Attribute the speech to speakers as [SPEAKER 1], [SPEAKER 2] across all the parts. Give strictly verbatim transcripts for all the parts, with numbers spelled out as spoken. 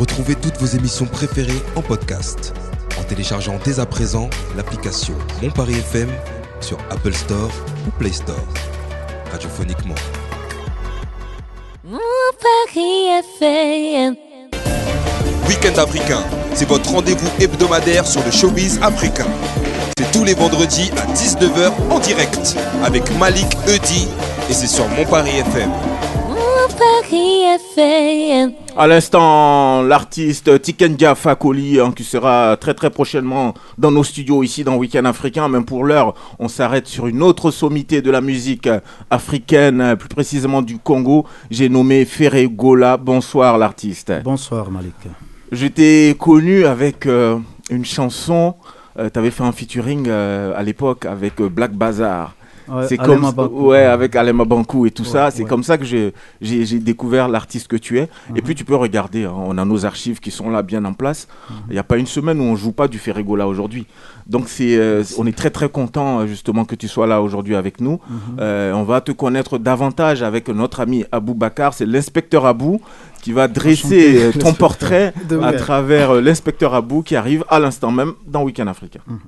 [SPEAKER 1] Retrouvez toutes vos émissions préférées en podcast en téléchargeant dès à présent l'application Mon Paris F M sur Apple Store ou Play Store. Radiophoniquement.
[SPEAKER 2] Mon Paris F M.
[SPEAKER 1] Week-end africain, c'est votre rendez-vous hebdomadaire sur le showbiz africain. C'est tous les vendredis à dix-neuf heures en direct avec Malik Eudi et c'est sur Mon Paris F M.
[SPEAKER 2] Mon Paris F M.
[SPEAKER 3] À l'instant, l'artiste Tikenja Fakoli hein, qui sera très très prochainement dans nos studios ici dans Week-end Africain. Même pour l'heure, on s'arrête sur une autre sommité de la musique africaine, plus précisément du Congo. J'ai nommé Ferré Gola. Bonsoir l'artiste.
[SPEAKER 4] Bonsoir Malik.
[SPEAKER 3] Je t'ai connu avec euh, une chanson, euh, tu avais fait un featuring euh, à l'époque avec euh, Black Bazaar.
[SPEAKER 4] Ouais,
[SPEAKER 3] c'est
[SPEAKER 4] Alema
[SPEAKER 3] comme
[SPEAKER 4] Bankou.
[SPEAKER 3] ouais avec Alema Bankou et tout
[SPEAKER 4] Ouais,
[SPEAKER 3] ça, c'est
[SPEAKER 4] ouais.
[SPEAKER 3] comme ça que j'ai, j'ai, j'ai découvert l'artiste que tu es.
[SPEAKER 4] Uh-huh.
[SPEAKER 3] Et puis tu peux regarder, hein, on a nos archives qui sont là bien en place. Il
[SPEAKER 4] Uh-huh.
[SPEAKER 3] n'y a pas une semaine où on joue pas du Ferré Gola aujourd'hui. Donc c'est, euh, on est très très content justement que tu sois là aujourd'hui avec nous.
[SPEAKER 4] Uh-huh.
[SPEAKER 3] Euh, on va te connaître davantage avec notre ami Abou Bakar, c'est l'inspecteur Abou qui va dresser
[SPEAKER 4] Enchanté.
[SPEAKER 3] ton portrait
[SPEAKER 4] De
[SPEAKER 3] à
[SPEAKER 4] même.
[SPEAKER 3] travers euh, l'inspecteur Abou qui arrive à l'instant même dans Week-end Africain.
[SPEAKER 4] Uh-huh.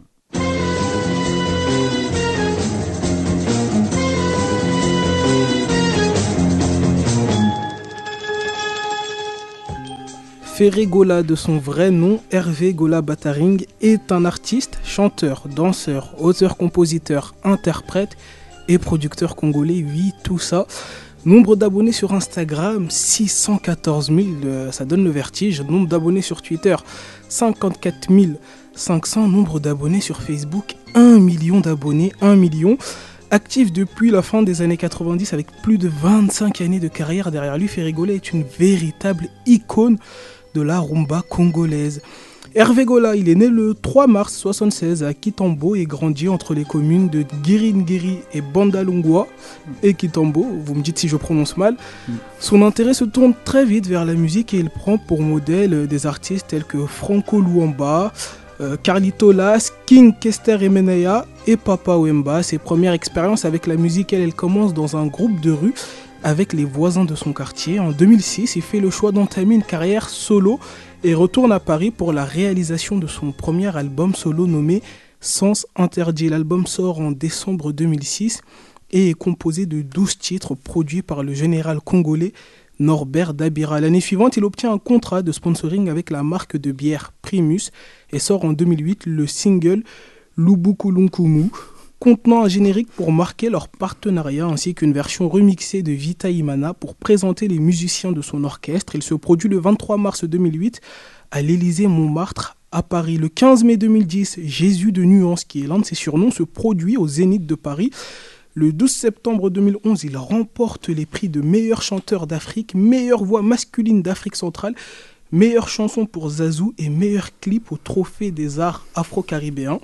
[SPEAKER 5] Ferré Gola, de son vrai nom, Hervé Gola Bataring, est un artiste, chanteur, danseur, auteur-compositeur, interprète et producteur congolais. Oui, tout ça. Nombre d'abonnés sur Instagram, six cent quatorze mille, euh, ça donne le vertige. Nombre d'abonnés sur Twitter, cinquante-quatre mille cinq cents. Nombre d'abonnés sur Facebook, un million d'abonnés, un million. Actif depuis la fin des années quatre-vingt-dix avec plus de vingt-cinq années de carrière derrière lui, Ferré Gola est une véritable icône de la rumba congolaise. Hervé Gola, il est né le trois mars soixante-seize à Kitambo et grandit entre les communes de Giringiri et Bandalungwa et Kitambo, vous me dites si je prononce mal. Son intérêt se tourne très vite vers la musique et il prend pour modèle des artistes tels que Franco Luamba, euh, Carlito Las, King Kester Emenaya et Papa Wemba. Ses premières expériences avec la musique, elle, elle commence dans un groupe de rue avec les voisins de son quartier. En deux mille six, il fait le choix d'entamer une carrière solo et retourne à Paris pour la réalisation de son premier album solo nommé Sens Interdit. L'album sort en décembre deux mille six et est composé de douze titres produits par le général congolais Norbert Dabira. L'année suivante, il obtient un contrat de sponsoring avec la marque de bière Primus et sort en deux mille huit le single Lubukulunkumu, contenant un générique pour marquer leur partenariat ainsi qu'une version remixée de Vita Imana pour présenter les musiciens de son orchestre. Il se produit le vingt-trois mars deux mille huit à l'Élysée Montmartre à Paris. Le quinze mai deux mille dix, Jésus de Nuance, qui est l'un de ses surnoms, se produit au Zénith de Paris. Le douze septembre deux mille onze, il remporte les prix de meilleur chanteur d'Afrique, meilleure voix masculine d'Afrique centrale, meilleure chanson pour Zazou et meilleur clip au Trophée des arts afro-caribéens.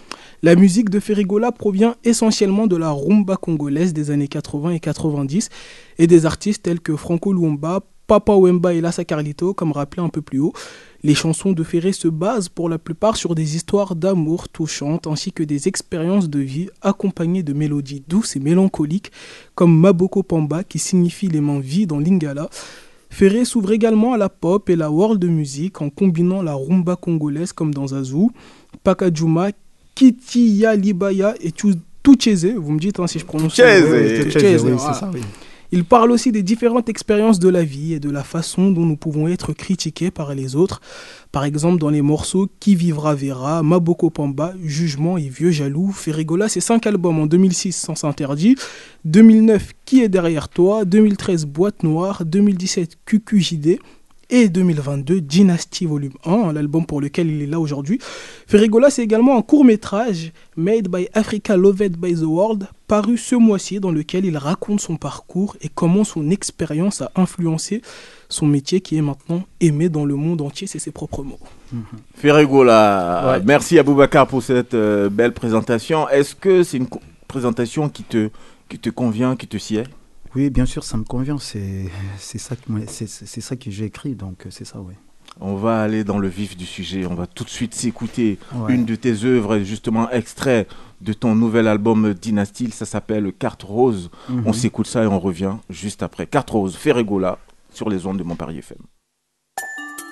[SPEAKER 5] La musique de Ferré Gola provient essentiellement de la rumba congolaise des années quatre-vingts et quatre-vingt-dix et des artistes tels que Franco Luamba, Papa Wemba et Lassa Carlito, comme rappelé un peu plus haut. Les chansons de Ferré se basent pour la plupart sur des histoires d'amour touchantes ainsi que des expériences de vie accompagnées de mélodies douces et mélancoliques comme Maboko Pamba qui signifie les mains vides en lingala. Ferré s'ouvre également à la pop et la world music en combinant la rumba congolaise comme dans Zazou, Pakajuma, Kitiya Libaya et Tucheze, vous me dites hein, si je prononce
[SPEAKER 3] Tucheze,
[SPEAKER 5] bien.
[SPEAKER 4] Tucheze, oui,
[SPEAKER 5] voilà.
[SPEAKER 4] c'est ça, oui.
[SPEAKER 5] Il parle aussi des différentes expériences de la vie et de la façon dont nous pouvons être critiqués par les autres. Par exemple, dans les morceaux Qui vivra verra, Maboko Pamba, Jugement et Vieux jaloux. Ferré Gola, c'est cinq albums en deux mille six, Sens Interdit, deux mille neuf, Qui est derrière toi, deux mille treize, Boîte Noire, deux mille dix-sept, Q Q J D et deux mille vingt-deux, Dynasty Volume un, l'album pour lequel il est là aujourd'hui. Ferré Gola, c'est également un court-métrage, Made by Africa, Loved by the World, paru ce mois-ci, dans lequel il raconte son parcours et comment son expérience a influencé son métier qui est maintenant aimé dans le monde entier, c'est ses propres mots.
[SPEAKER 3] Mmh. Ferré Gola,
[SPEAKER 4] Ouais.
[SPEAKER 3] merci Aboubacar pour cette euh, belle présentation. Est-ce que c'est une co- présentation qui te, qui te convient, qui te sied ?
[SPEAKER 4] Oui, bien sûr, ça me convient. C'est, c'est, ça, que, moi- c'est, c'est c'est ça que j'ai écrit, donc euh, c'est ça, oui.
[SPEAKER 3] On va aller dans le vif du sujet. On va tout de suite s'écouter
[SPEAKER 4] Ouais.
[SPEAKER 3] une de tes œuvres, justement extrait de ton nouvel album Dynasty. Ça s'appelle Carte Rose.
[SPEAKER 4] Mhm.
[SPEAKER 3] On s'écoute ça et on revient juste après. Carte Rose, Ferré Gola, sur les ondes de Mon Paris F M.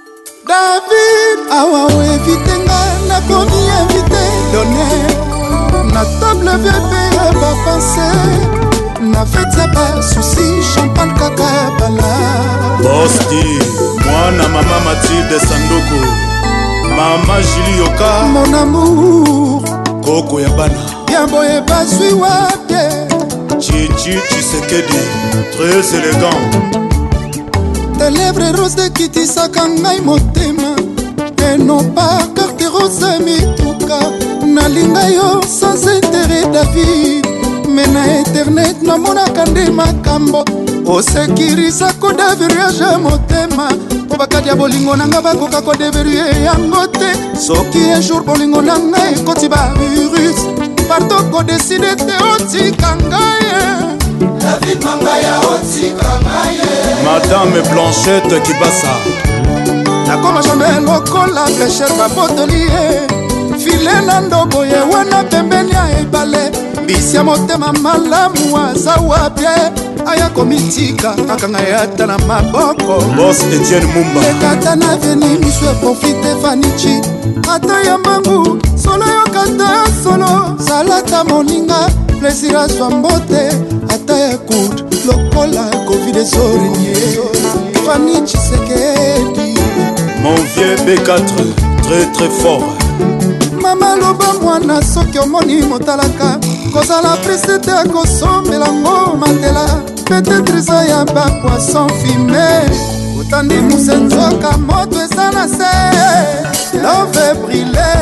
[SPEAKER 6] David, awa evitenga na komi invité donné na table V P va penser na fête ya pas souci champagne kaka bala.
[SPEAKER 7] Bosti, mwana mama Mathilde Sanduku, mama Julie Yoka,
[SPEAKER 6] mon amour,
[SPEAKER 7] Koko ya bana,
[SPEAKER 6] bien boye basui wate,
[SPEAKER 7] Chichi Chisekedi, très élégant.
[SPEAKER 6] tes lèvres roses de Kitty Sakangai motema, et non pas carte rose mituka, nalinga yo sans intérêt David, mais na internet namonaka nde makambo, osekirisa kodeverage motema, po bakadi ya bolingo nanga bakoka kodeverie yango te, soki un jour bolingo nanga ekoti ba virus, parto kodeside te otika ngai. David Mangaya otika ngai.
[SPEAKER 7] Madame Blanchette Kibasa,
[SPEAKER 6] nakoma jamais lokola flécheur babotoli ye, file na ndobo ye wana pembeni ya ebale, mbisi ya motema malamu aza wapye, aya komitika kaka ngai ata na maboko.
[SPEAKER 7] Boss Etienne Mumba,
[SPEAKER 6] ekata na veni miso eprofite fanichi, ata ya mbangu solo yokata solo, salata moninga plaisir azwa mbote, ata ya kud lokola covid ezorenye, fanichi sekedi.
[SPEAKER 7] mon vieux B quatre, très très fort.
[SPEAKER 6] Mama loba mwana soki omoni motalaka, kozala preste te akosombela ngo matela, peut-être eza ya bapoisson fumé, otandi musenzoka moto eza na se, love brûlé.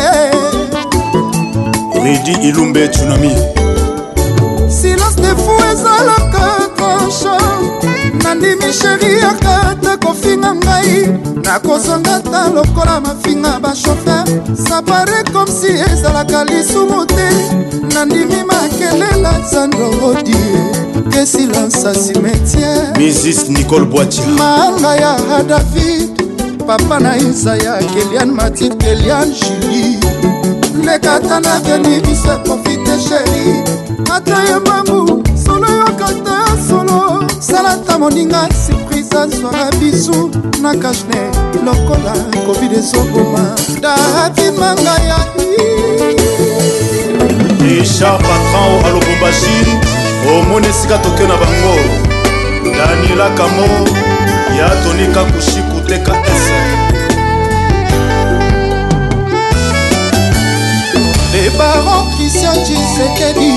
[SPEAKER 7] Ridi Ilumbe Tsunami,
[SPEAKER 6] silence de fou ezalaka tranchant, nandimi sheri akata kofinga ngai, nakozonga ta lokola mafinga bashofer, ça paraît comme si ezalaka lisumu te, nandimi makelela Sandro Rodie, que silence à cimetière.
[SPEAKER 7] Mrs Nicole Boitia,
[SPEAKER 6] Manga ya David, papa na Isaya, Kelian Mathilde, Kelian Julie, lekata na veni biso profite chéri, ata ya mamu solo yokata solo, salata moninga surprise azwaka bisu na kashne lokola covid ezokoma. David Mangaya
[SPEAKER 7] Richard Patron à Lubumbashi, omoni esika tokyo na bango, Daniela Kamo ya Tonika Kushiku T K S,
[SPEAKER 6] les barons Christian Tshisekedi,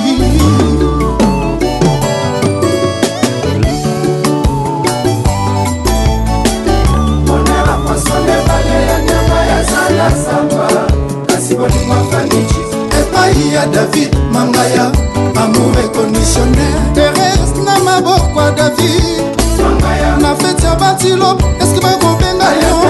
[SPEAKER 6] epai ya David Mangaya, amour inconditionnel, Thérèse na maboko ya David Mangaya, na fete ya batilo eske bakobenga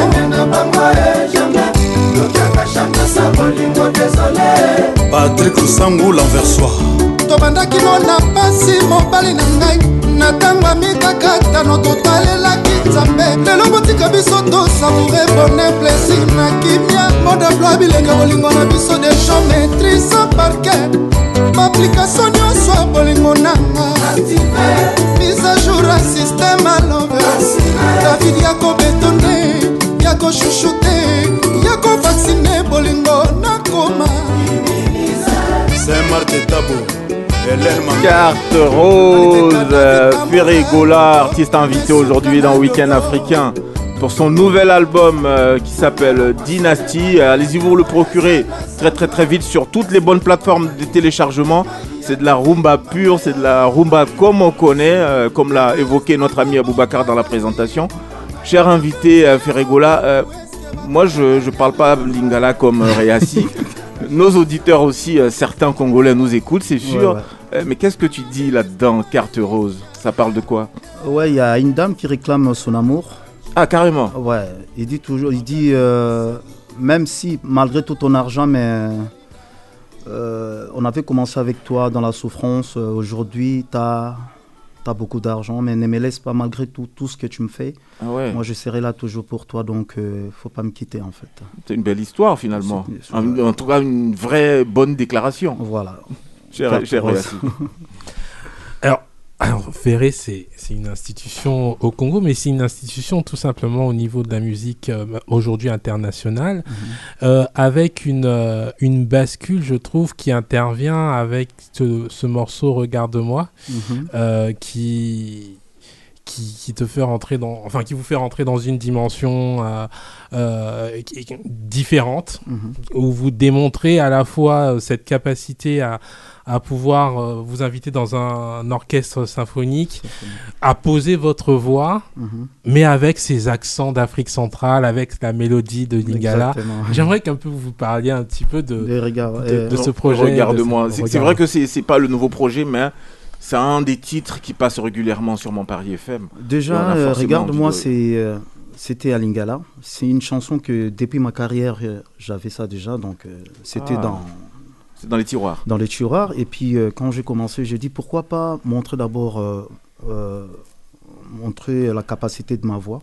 [SPEAKER 6] yo
[SPEAKER 7] Patrick Lusangu l'Anversois,
[SPEAKER 6] tobandaki no na pasi mobali na ngai, na ntango ya mikakatano totalelaki nzambe, lelo botika biso tosavoure bone plaisir na kimia, modablo bilenga bolingo na biso de champ maîtrise par cœur, baapplication nyonso ya bolingo nanga mise à jour ya système alove, David ya kobetone ya koshushoute ya kovaccine bolingo nakoma
[SPEAKER 7] Saint-Martin Tabo, Hélène Manga,
[SPEAKER 3] Carte Rose, euh, Ferregola, artiste invité aujourd'hui dans Week-end Africain pour son nouvel album euh, qui s'appelle Dynasty. Euh, allez-y vous le procurer très très très vite sur toutes les bonnes plateformes de téléchargement. C'est de la rumba pure, c'est de la rumba comme on connaît, euh, comme l'a évoqué notre ami Aboubacar dans la présentation. Cher invité euh, Ferregola, euh, moi je ne parle pas lingala comme euh, Réassi. Nos auditeurs aussi, euh, certains Congolais nous écoutent, c'est sûr. Ouais, ouais. Euh, mais qu'est-ce que tu dis là-dedans, Carte Rose? Ça parle de quoi?
[SPEAKER 4] Ouais, il y a une dame qui réclame son amour.
[SPEAKER 3] Ah, carrément.
[SPEAKER 4] Ouais, il dit toujours, il dit, euh, même si, malgré tout ton argent, mais euh, on avait commencé avec toi dans la souffrance, euh, aujourd'hui, tu as beaucoup d'argent, mais ne me laisse pas malgré tout, tout ce que tu me fais.
[SPEAKER 3] Ah ouais. Moi,
[SPEAKER 4] je serai là toujours pour toi, donc il euh, ne faut pas me quitter, en fait.
[SPEAKER 3] C'est une belle histoire, finalement. En, en tout cas, une vraie bonne déclaration.
[SPEAKER 4] Voilà.
[SPEAKER 3] Cher, cher
[SPEAKER 8] Alors, Alors, Ferré, c'est, c'est une institution au Congo, mais c'est une institution tout simplement au niveau de la musique euh, aujourd'hui internationale, mmh. euh, avec une, euh, une bascule, je trouve, qui intervient avec ce, ce morceau Regarde-moi, mmh. euh, qui... Qui, qui te fait rentrer dans, enfin qui vous fait rentrer dans une dimension euh, euh, qui, qui, différente, mmh. où vous démontrez à la fois cette capacité à, à pouvoir euh, vous inviter dans un, un orchestre symphonique, à poser votre voix, mmh. mais avec ces accents d'Afrique centrale, avec la mélodie de Lingala. Exactement. J'aimerais qu'un peu vous parliez un petit peu de, de,
[SPEAKER 3] regards,
[SPEAKER 8] de, de, de ce projet.
[SPEAKER 3] Regarde-moi. C'est, c'est vrai que c'est, c'est pas le nouveau projet, mais c'est un des titres qui passe régulièrement sur mon Paris F M.
[SPEAKER 4] Déjà, euh, Regarde-moi, de... c'est, euh, c'était à Lingala. C'est une chanson que depuis ma carrière, euh, j'avais ça déjà. Donc, euh, c'était ah, dans...
[SPEAKER 3] C'est dans les tiroirs.
[SPEAKER 4] Dans les tiroirs. Et puis, euh, quand j'ai commencé, j'ai dit pourquoi pas montrer d'abord euh, euh, montrer la capacité de ma voix.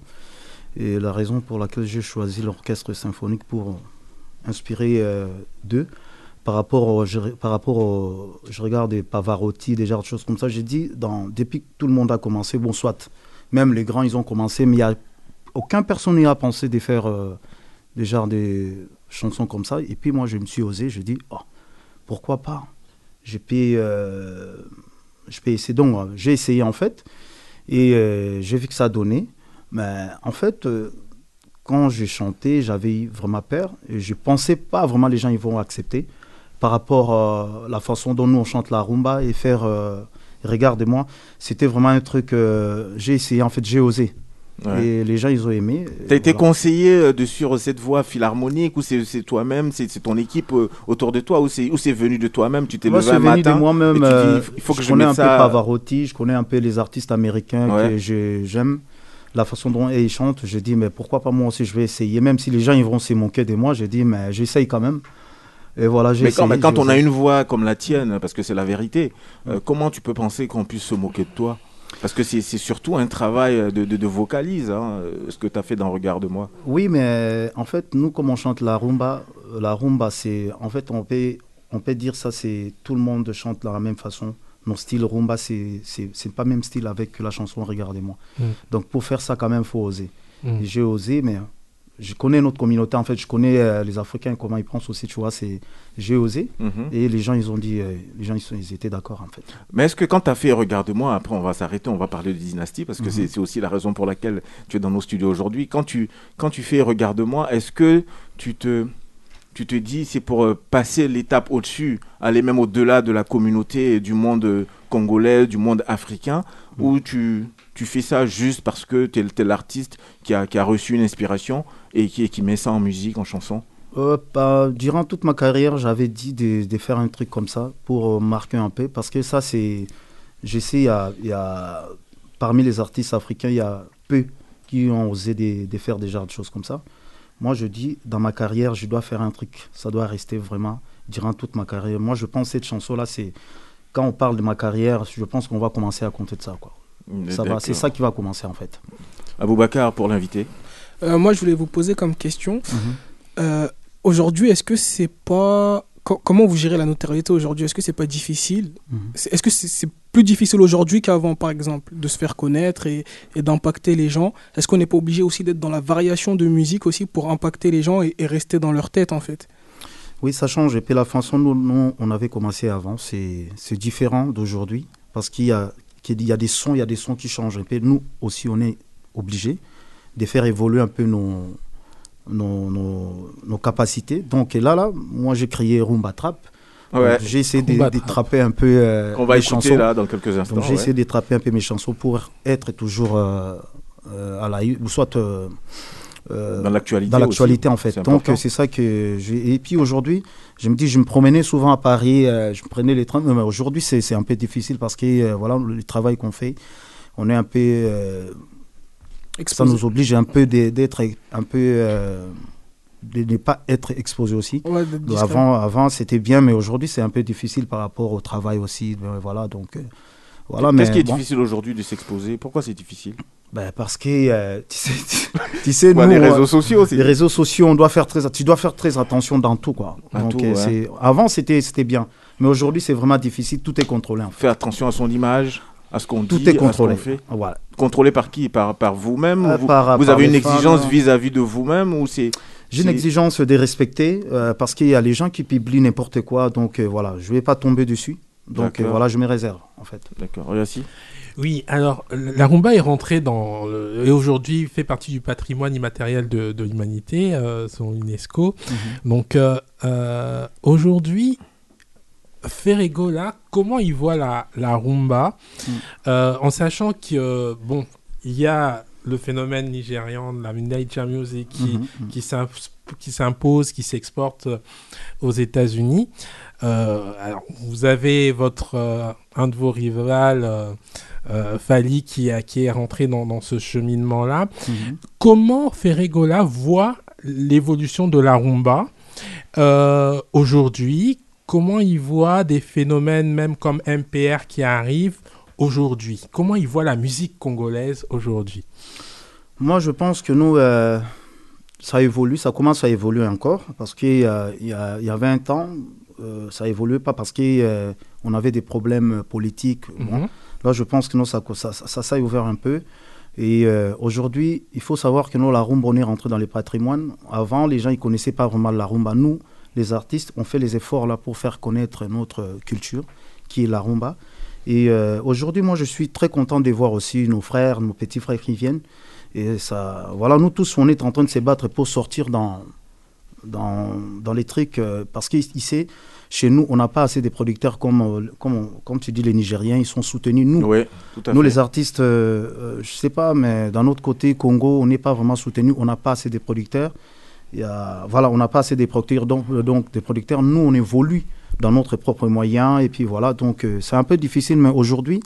[SPEAKER 4] Et la raison pour laquelle j'ai choisi l'orchestre symphonique pour inspirer euh, d'eux. Par rapport, au, je, par rapport au, je regarde des Pavarotti, des genres de choses comme ça, j'ai dit, dans, depuis que tout le monde a commencé, bon, soit, même les grands, ils ont commencé, mais il n'y a aucun personne n'y a pensé de faire euh, des genres des chansons comme ça. Et puis moi, je me suis osé, je dis, oh, pourquoi pas? Je peux, euh, je peux essayer. Donc, j'ai essayé en fait, et euh, j'ai vu que ça donnait. Mais en fait, euh, quand j'ai chanté, j'avais vraiment peur, et je ne pensais pas vraiment les gens ils vont accepter. Par rapport à la façon dont nous on chante la rumba et faire euh, Regarde-moi, c'était vraiment un truc, euh, j'ai essayé, en fait j'ai osé. Ouais. Et les gens ils ont aimé.
[SPEAKER 3] Tu as été voilà. conseillé de suivre cette voie philharmonique ou c'est, c'est toi-même, c'est, c'est ton équipe euh, autour de toi ou c'est, ou c'est venu de toi-même, tu t'es
[SPEAKER 4] Moi,
[SPEAKER 3] levé un matin?
[SPEAKER 4] C'est venu de moi-même, euh,
[SPEAKER 3] il faut que
[SPEAKER 4] je,
[SPEAKER 3] je
[SPEAKER 4] connais un
[SPEAKER 3] ça...
[SPEAKER 4] peu Pavarotti, je connais un peu les artistes américains ouais. que je, j'aime. La façon dont ils chantent, j'ai dit mais pourquoi pas moi aussi je vais essayer, même si les gens ils vont se moquer de moi, j'ai dit mais j'essaye quand même. Et voilà, j'ai
[SPEAKER 3] mais
[SPEAKER 4] essayé,
[SPEAKER 3] quand, mais quand on
[SPEAKER 4] osé.
[SPEAKER 3] a une voix comme la tienne, parce que c'est la vérité, euh, ouais. comment tu peux penser qu'on puisse se moquer de toi? Parce que c'est, c'est surtout un travail de, de, de vocalise, hein, ce que tu as fait dans Regarde-moi.
[SPEAKER 4] Oui, mais en fait, nous, comme on chante la rumba, la rumba, c'est, en fait, on peut, on peut dire ça, c'est tout le monde chante de la même façon. Mon style rumba, c'est, c'est, c'est pas le même style avec la chanson Regardez-moi. Mm. Donc, pour faire ça, quand même, il faut oser. Mm. J'ai osé, mais je connais notre communauté, en fait, je connais euh, les Africains, comment ils pensent aussi, tu vois, c'est, j'ai osé, mm-hmm. et les gens, ils ont dit, euh, les gens, ils, sont, ils étaient d'accord, en fait.
[SPEAKER 3] Mais est-ce que quand tu as fait Regarde-moi, après, on va s'arrêter, on va parler de Dynastie, parce que mm-hmm. c'est, c'est aussi la raison pour laquelle tu es dans nos studios aujourd'hui. Quand tu, quand tu fais Regarde-moi, est-ce que tu te, tu te dis, c'est pour euh, passer l'étape au-dessus, aller même au-delà de la communauté du monde euh, congolais, du monde africain, mm-hmm. ou tu... tu fais ça juste parce que tu es l'artiste qui a, qui a reçu une inspiration et qui, qui met ça en musique, en chanson?
[SPEAKER 4] euh, bah, Durant toute ma carrière, j'avais dit de, de faire un truc comme ça pour euh, marquer un peu. Parce que ça, c'est... Je sais, il y a, il y a, parmi les artistes africains, il y a peu qui ont osé de, de faire des genres de choses comme ça. Moi, je dis, dans ma carrière, je dois faire un truc. Ça doit rester vraiment durant toute ma carrière. Moi, je pense que cette chanson-là, c'est... Quand on parle de ma carrière, je pense qu'on va commencer à compter de ça, quoi. Ça va, c'est ça qui va commencer en fait.
[SPEAKER 3] Aboubacar pour l'invité.
[SPEAKER 5] Euh, moi je voulais vous poser comme question. Mm-hmm. Euh, aujourd'hui, est-ce que c'est pas co- comment vous gérez la notoriété aujourd'hui? Est-ce que c'est pas difficile? Mm-hmm. c'est, Est-ce que c'est, c'est plus difficile aujourd'hui qu'avant, par exemple, de se faire connaître et, et d'impacter les gens? Est-ce qu'on n'est pas obligé aussi d'être dans la variation de musique aussi pour impacter les gens et, et rester dans leur tête en fait?
[SPEAKER 4] Oui, ça change. Et puis la façon dont nous, on avait commencé avant, c'est, c'est différent d'aujourd'hui parce qu'il y a Il y a des sons, il y a des sons qui changent un peu. Nous aussi, on est obligés de faire évoluer un peu nos, nos, nos, nos capacités. Donc là, là, moi, j'ai créé Rumba Trap. Ouais. J'ai essayé de, de trapper un peu euh,
[SPEAKER 3] On va
[SPEAKER 4] mes
[SPEAKER 3] écouter
[SPEAKER 4] chansons.
[SPEAKER 3] Là, dans quelques instants.
[SPEAKER 4] Donc j'ai
[SPEAKER 3] ouais.
[SPEAKER 4] essayé de trapper un peu mes chansons pour être toujours euh, euh, à la... ou soit... Euh,
[SPEAKER 3] Euh, dans l'actualité,
[SPEAKER 4] dans l'actualité
[SPEAKER 3] aussi.
[SPEAKER 4] en fait.
[SPEAKER 3] C'est
[SPEAKER 4] Donc
[SPEAKER 3] important.
[SPEAKER 4] c'est ça que j'ai. Et puis aujourd'hui, je me dis, je me promenais souvent à Paris, euh, je prenais les trains. Mais aujourd'hui, c'est, c'est un peu difficile parce que euh, voilà, le travail qu'on fait, on est un peu. Euh, ça nous oblige un peu d'être un peu. Euh, de ne pas être exposé aussi. Ouais, avant, avant, c'était bien, mais aujourd'hui, c'est un peu difficile par rapport au travail aussi. Voilà, donc. Euh, voilà,
[SPEAKER 3] Qu'est-ce
[SPEAKER 4] mais,
[SPEAKER 3] qui est
[SPEAKER 4] bon.
[SPEAKER 3] difficile aujourd'hui de s'exposer? Pourquoi c'est difficile?
[SPEAKER 4] Ben parce que euh, tu sais, tu, tu sais
[SPEAKER 3] ouais,
[SPEAKER 4] nous,
[SPEAKER 3] les réseaux sociaux aussi.
[SPEAKER 4] Les réseaux sociaux, on doit faire très, tu dois faire très attention dans tout quoi.
[SPEAKER 3] À
[SPEAKER 4] Donc
[SPEAKER 3] tout,
[SPEAKER 4] euh,
[SPEAKER 3] ouais.
[SPEAKER 4] c'est, avant c'était c'était bien, mais aujourd'hui c'est vraiment difficile, tout est contrôlé. En fait.
[SPEAKER 3] Faire attention à son image. à ce qu'on
[SPEAKER 4] Tout
[SPEAKER 3] dit,
[SPEAKER 4] est contrôlé.
[SPEAKER 3] à ce qu'on fait.
[SPEAKER 4] Voilà.
[SPEAKER 3] Contrôlé par qui? Par, par vous-même
[SPEAKER 4] Euh,
[SPEAKER 3] vous,
[SPEAKER 4] par-
[SPEAKER 3] vous
[SPEAKER 4] par
[SPEAKER 3] avez une
[SPEAKER 4] les
[SPEAKER 3] exigence
[SPEAKER 4] femmes.
[SPEAKER 3] vis-à-vis de vous-même ou c'est...
[SPEAKER 4] J'ai une
[SPEAKER 3] c'est-
[SPEAKER 4] exigence de respecter euh, parce qu'il y a les gens qui publient n'importe quoi, donc euh, voilà, je ne vais pas tomber dessus. Donc euh,
[SPEAKER 3] D'accord.
[SPEAKER 4] voilà, je me réserve en fait.
[SPEAKER 3] D'accord, Yassi?
[SPEAKER 8] Oui, alors la rumba est rentrée dans le- et aujourd'hui fait partie du patrimoine immatériel de, de l'humanité, euh, selon l'UNESCO.
[SPEAKER 4] Mhm.
[SPEAKER 8] Donc euh, euh, aujourd'hui, Ferrego là, comment il voit la, la rumba,
[SPEAKER 4] Mhm.
[SPEAKER 8] euh, en sachant que euh, bon, il y a le phénomène nigérian de la nature music qui
[SPEAKER 4] Mhm, mhm.
[SPEAKER 8] qui s'im- qui s'impose, qui s'exporte euh, aux États-Unis. Euh, alors, vous avez votre euh, un de vos rivales, euh, euh, Fali, qui, a, qui est rentré dans, dans ce cheminement-là.
[SPEAKER 4] Mhm.
[SPEAKER 8] Comment Ferregola voit l'évolution de la rumba euh, aujourd'hui? Comment il voit des phénomènes même comme M P R qui arrivent aujourd'hui? Comment il voit la musique congolaise aujourd'hui?
[SPEAKER 4] Moi, je pense que nous, euh, ça évolue, ça commence à évoluer encore parce qu'il y a, il y a, il y a vingt ans, euh, ça évoluait pas parce qu'on euh, avait des problèmes politiques. Bon.
[SPEAKER 8] Mhm.
[SPEAKER 4] Là, je pense que nous, ça, ça, ça, ça s'est ouvert un peu. Et euh, aujourd'hui, il faut savoir que nous, la rumba, on est rentré dans les patrimoines. Avant, les gens, ils connaissaient pas vraiment la rumba. Nous, les artistes, on fait les efforts là pour faire connaître notre culture, qui est la rumba. Et euh, aujourd'hui, moi, je suis très content de voir aussi nos frères, nos petits frères qui viennent. Et ça, voilà, nous tous, on est en train de se battre pour sortir dans, dans, dans les trucs. Euh, parce qu'ici, chez nous, on n'a pas assez de producteurs comme, euh, comme, comme tu dis, les Nigériens, ils sont soutenus. Nous,
[SPEAKER 3] Oui, tout à
[SPEAKER 4] nous
[SPEAKER 3] fait.
[SPEAKER 4] les artistes, euh, euh, je ne sais pas, mais d'un autre côté, Congo, on n'est pas vraiment soutenus. On n'a pas assez de producteurs. Il y a, voilà, on n'a pas assez de producteurs. Donc, euh, donc, des producteurs, nous, on évolue dans notre propre moyen. Et puis voilà, donc euh, c'est un peu difficile, mais aujourd'hui,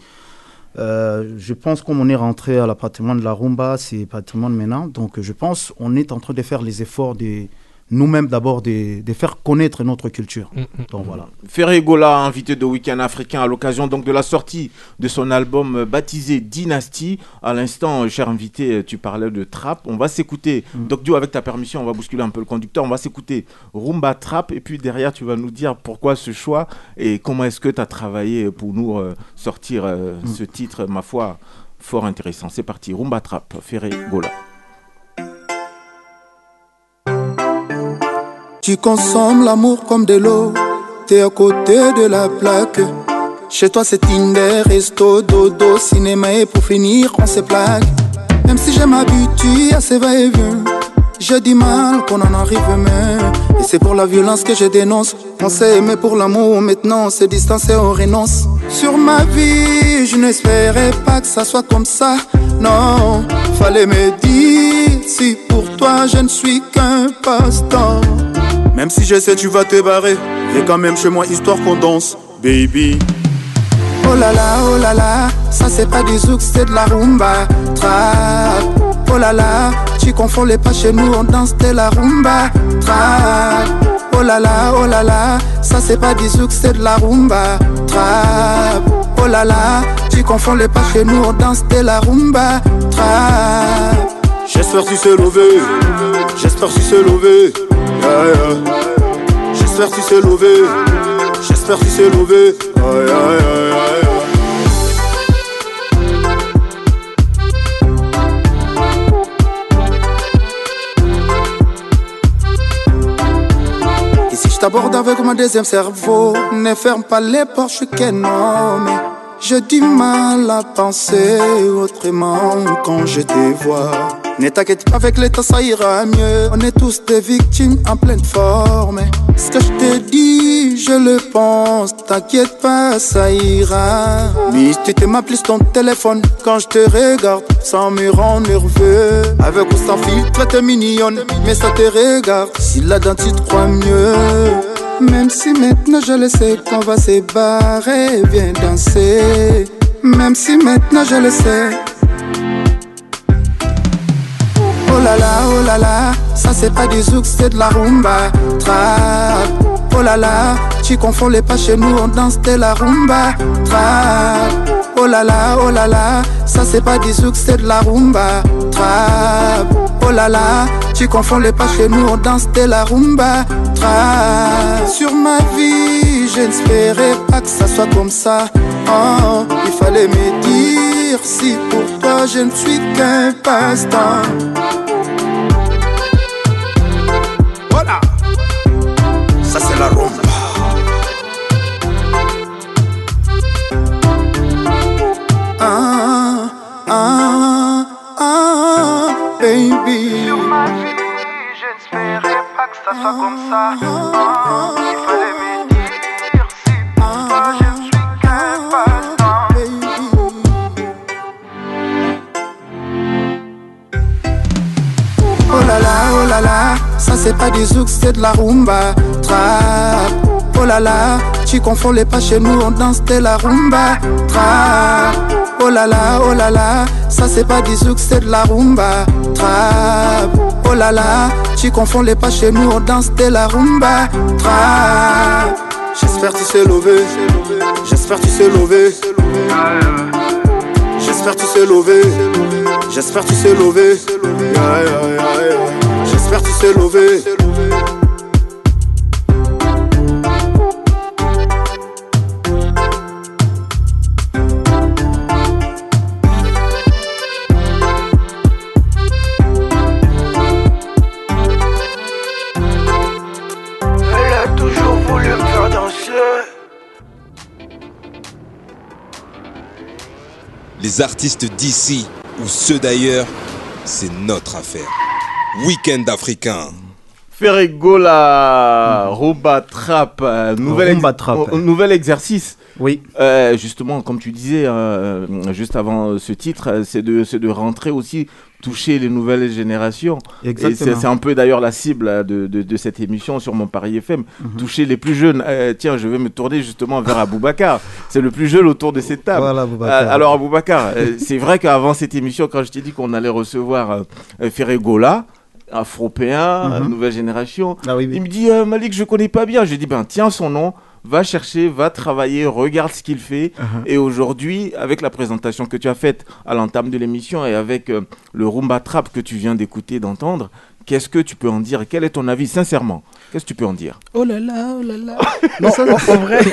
[SPEAKER 4] Euh, je pense comme on est rentré à la patrimoine de la rumba, c'est patrimoine maintenant. Donc je pense on est en train de faire les efforts de nous-mêmes d'abord de, de faire connaître notre culture.
[SPEAKER 8] Mm, mm,
[SPEAKER 4] Donc voilà.
[SPEAKER 3] Ferregola, invité de Week-end africain à l'occasion donc de la sortie de son album euh, baptisé Dynasty. À l'instant, euh, cher invité, tu parlais de trap. On va s'écouter.
[SPEAKER 4] Mm.
[SPEAKER 3] Doc Dio, avec ta permission, on va bousculer un peu le conducteur. On va s'écouter Rumba Trap. Et puis derrière, tu vas nous dire pourquoi ce choix et comment est-ce que tu as travaillé pour nous euh, sortir euh,
[SPEAKER 4] Mm.
[SPEAKER 3] ce titre, ma foi, fort intéressant. C'est parti. Rumba Trap, Ferregola.
[SPEAKER 6] Tu consommes l'amour comme de l'eau, t'es à côté de la plaque. Chez toi c'est Tinder, resto, dodo, cinéma et pour finir on se plaque. Même si je m'habitue à ces va-et-vient, j'ai du mal qu'on en arrive même. Et c'est pour la violence que je dénonce. On s'est aimé pour l'amour, maintenant on s'est distancé, on renonce. Sur ma vie, je n'espérais pas que ça soit comme ça. Non, fallait me dire si pour toi je ne suis qu'un passe-temps. Même si je sais tu vas te barrer, viens quand même chez moi histoire qu'on danse, baby. Oh là là, oh là là, ça c'est pas du zouk, c'est de la rumba trap. Oh là là, tu confonds les pas chez nous, on danse de la rumba trap. Oh là là, oh là là, ça c'est pas du zouk, c'est de la rumba trap. Oh là là, tu confonds les pas chez nous, on danse de la rumba trap.
[SPEAKER 7] J'espère tu sais lever, j'espère tu sais lever, yeah, yeah. J'espère tu sais lever, j'espère tu sais lever, yeah, yeah, yeah, yeah.
[SPEAKER 6] Et si je t'aborde avec mon deuxième cerveau, ne ferme pas les portes, je suis qu'un homme. J'ai du mal à penser autrement quand je te vois. Ne t'inquiète pas, avec l'état ça ira mieux. On est tous des victimes en pleine forme. Ce que je te dis, je le pense. T'inquiète pas, ça ira. Mais tu te m'appelles ton téléphone quand je te regarde, ça me rend nerveux. Avec ou sans filtre, t'es mignonne, mais ça te regarde. Si là-dedans tu te crois mieux. Même si maintenant je le sais qu'on va se barrer, viens danser. Même si maintenant je le sais. Oh là là, oh là là, ça c'est pas du zouk, c'est de la rumba trap. Oh là là, tu confonds les pas chez nous, on danse de la rumba trap. Oh là là, oh là là, ça c'est pas du zouk, c'est de la rumba trap. Oh là là, tu confonds les pas chez nous, on danse de la rumba trap. Sur ma vie, je n'espérais pas que ça soit comme ça. Oh, il fallait me dire si pour toi je ne suis qu'un passe-temps.
[SPEAKER 7] Voilà, ça c'est la rumba.
[SPEAKER 6] Ah, ah, ah, baby.
[SPEAKER 9] Sur ma vie, je n'espérais pas que ça soit comme ça. Oh, il fallait me dire si pour toi je ne suis qu'un passe-temps.
[SPEAKER 6] Oh là là, oh là là, ça c'est pas du zouk, c'est de la rumba trap. Oh là là, tu confonds les pas, chez nous on danse de la rumba trap. Oh là là, oh là là, ça c'est pas du zouk, c'est de la rumba trap. Oh là là, tu confonds les pas, chez nous on danse de la rumba trap.
[SPEAKER 7] J'espère tu sais lever, j'espère tu sais lever. J'espère tu sais lever, j'espère tu sais lever. J'espère tu sais lever.
[SPEAKER 1] Les artistes d'ici ou ceux d'ailleurs, c'est notre affaire. Week-end africain.
[SPEAKER 3] Ferregola, rumba trap, euh, nouvel,
[SPEAKER 4] Rumba
[SPEAKER 3] ex-
[SPEAKER 4] trap.
[SPEAKER 3] euh, nouvel exercice.
[SPEAKER 4] Oui.
[SPEAKER 3] Euh, justement, comme tu disais, euh, juste avant ce titre, euh, c'est de, c'est de rentrer aussi, toucher les nouvelles générations.
[SPEAKER 4] Exactement.
[SPEAKER 3] Et c'est, c'est un peu d'ailleurs la cible euh, de, de, de cette émission sur mon Paris F M,
[SPEAKER 4] Mhm.
[SPEAKER 3] toucher les plus jeunes. Euh, tiens, je vais me tourner justement vers Aboubacar. C'est le plus jeune autour de cette table.
[SPEAKER 4] Voilà, Aboubacar.
[SPEAKER 3] Euh, alors Aboubacar, euh, c'est vrai qu'avant cette émission, quand je t'ai dit qu'on allait recevoir euh, euh, Ferregola, afropéen,
[SPEAKER 4] Mhm.
[SPEAKER 3] euh, nouvelle génération,
[SPEAKER 4] Ah oui, oui.
[SPEAKER 3] il me dit euh, Malik, je connais pas bien. Je dis ben tiens son nom, va chercher, va travailler, regarde ce qu'il fait.
[SPEAKER 4] Uh-huh.
[SPEAKER 3] Et aujourd'hui, avec la présentation que tu as faite à l'entame de l'émission et avec euh, le rumba trap que tu viens d'écouter, d'entendre, qu'est-ce que tu peux en dire? Quel est ton avis sincèrement? Qu'est-ce que tu peux en dire?
[SPEAKER 5] Oh là là, oh là là. Non, en, en vrai,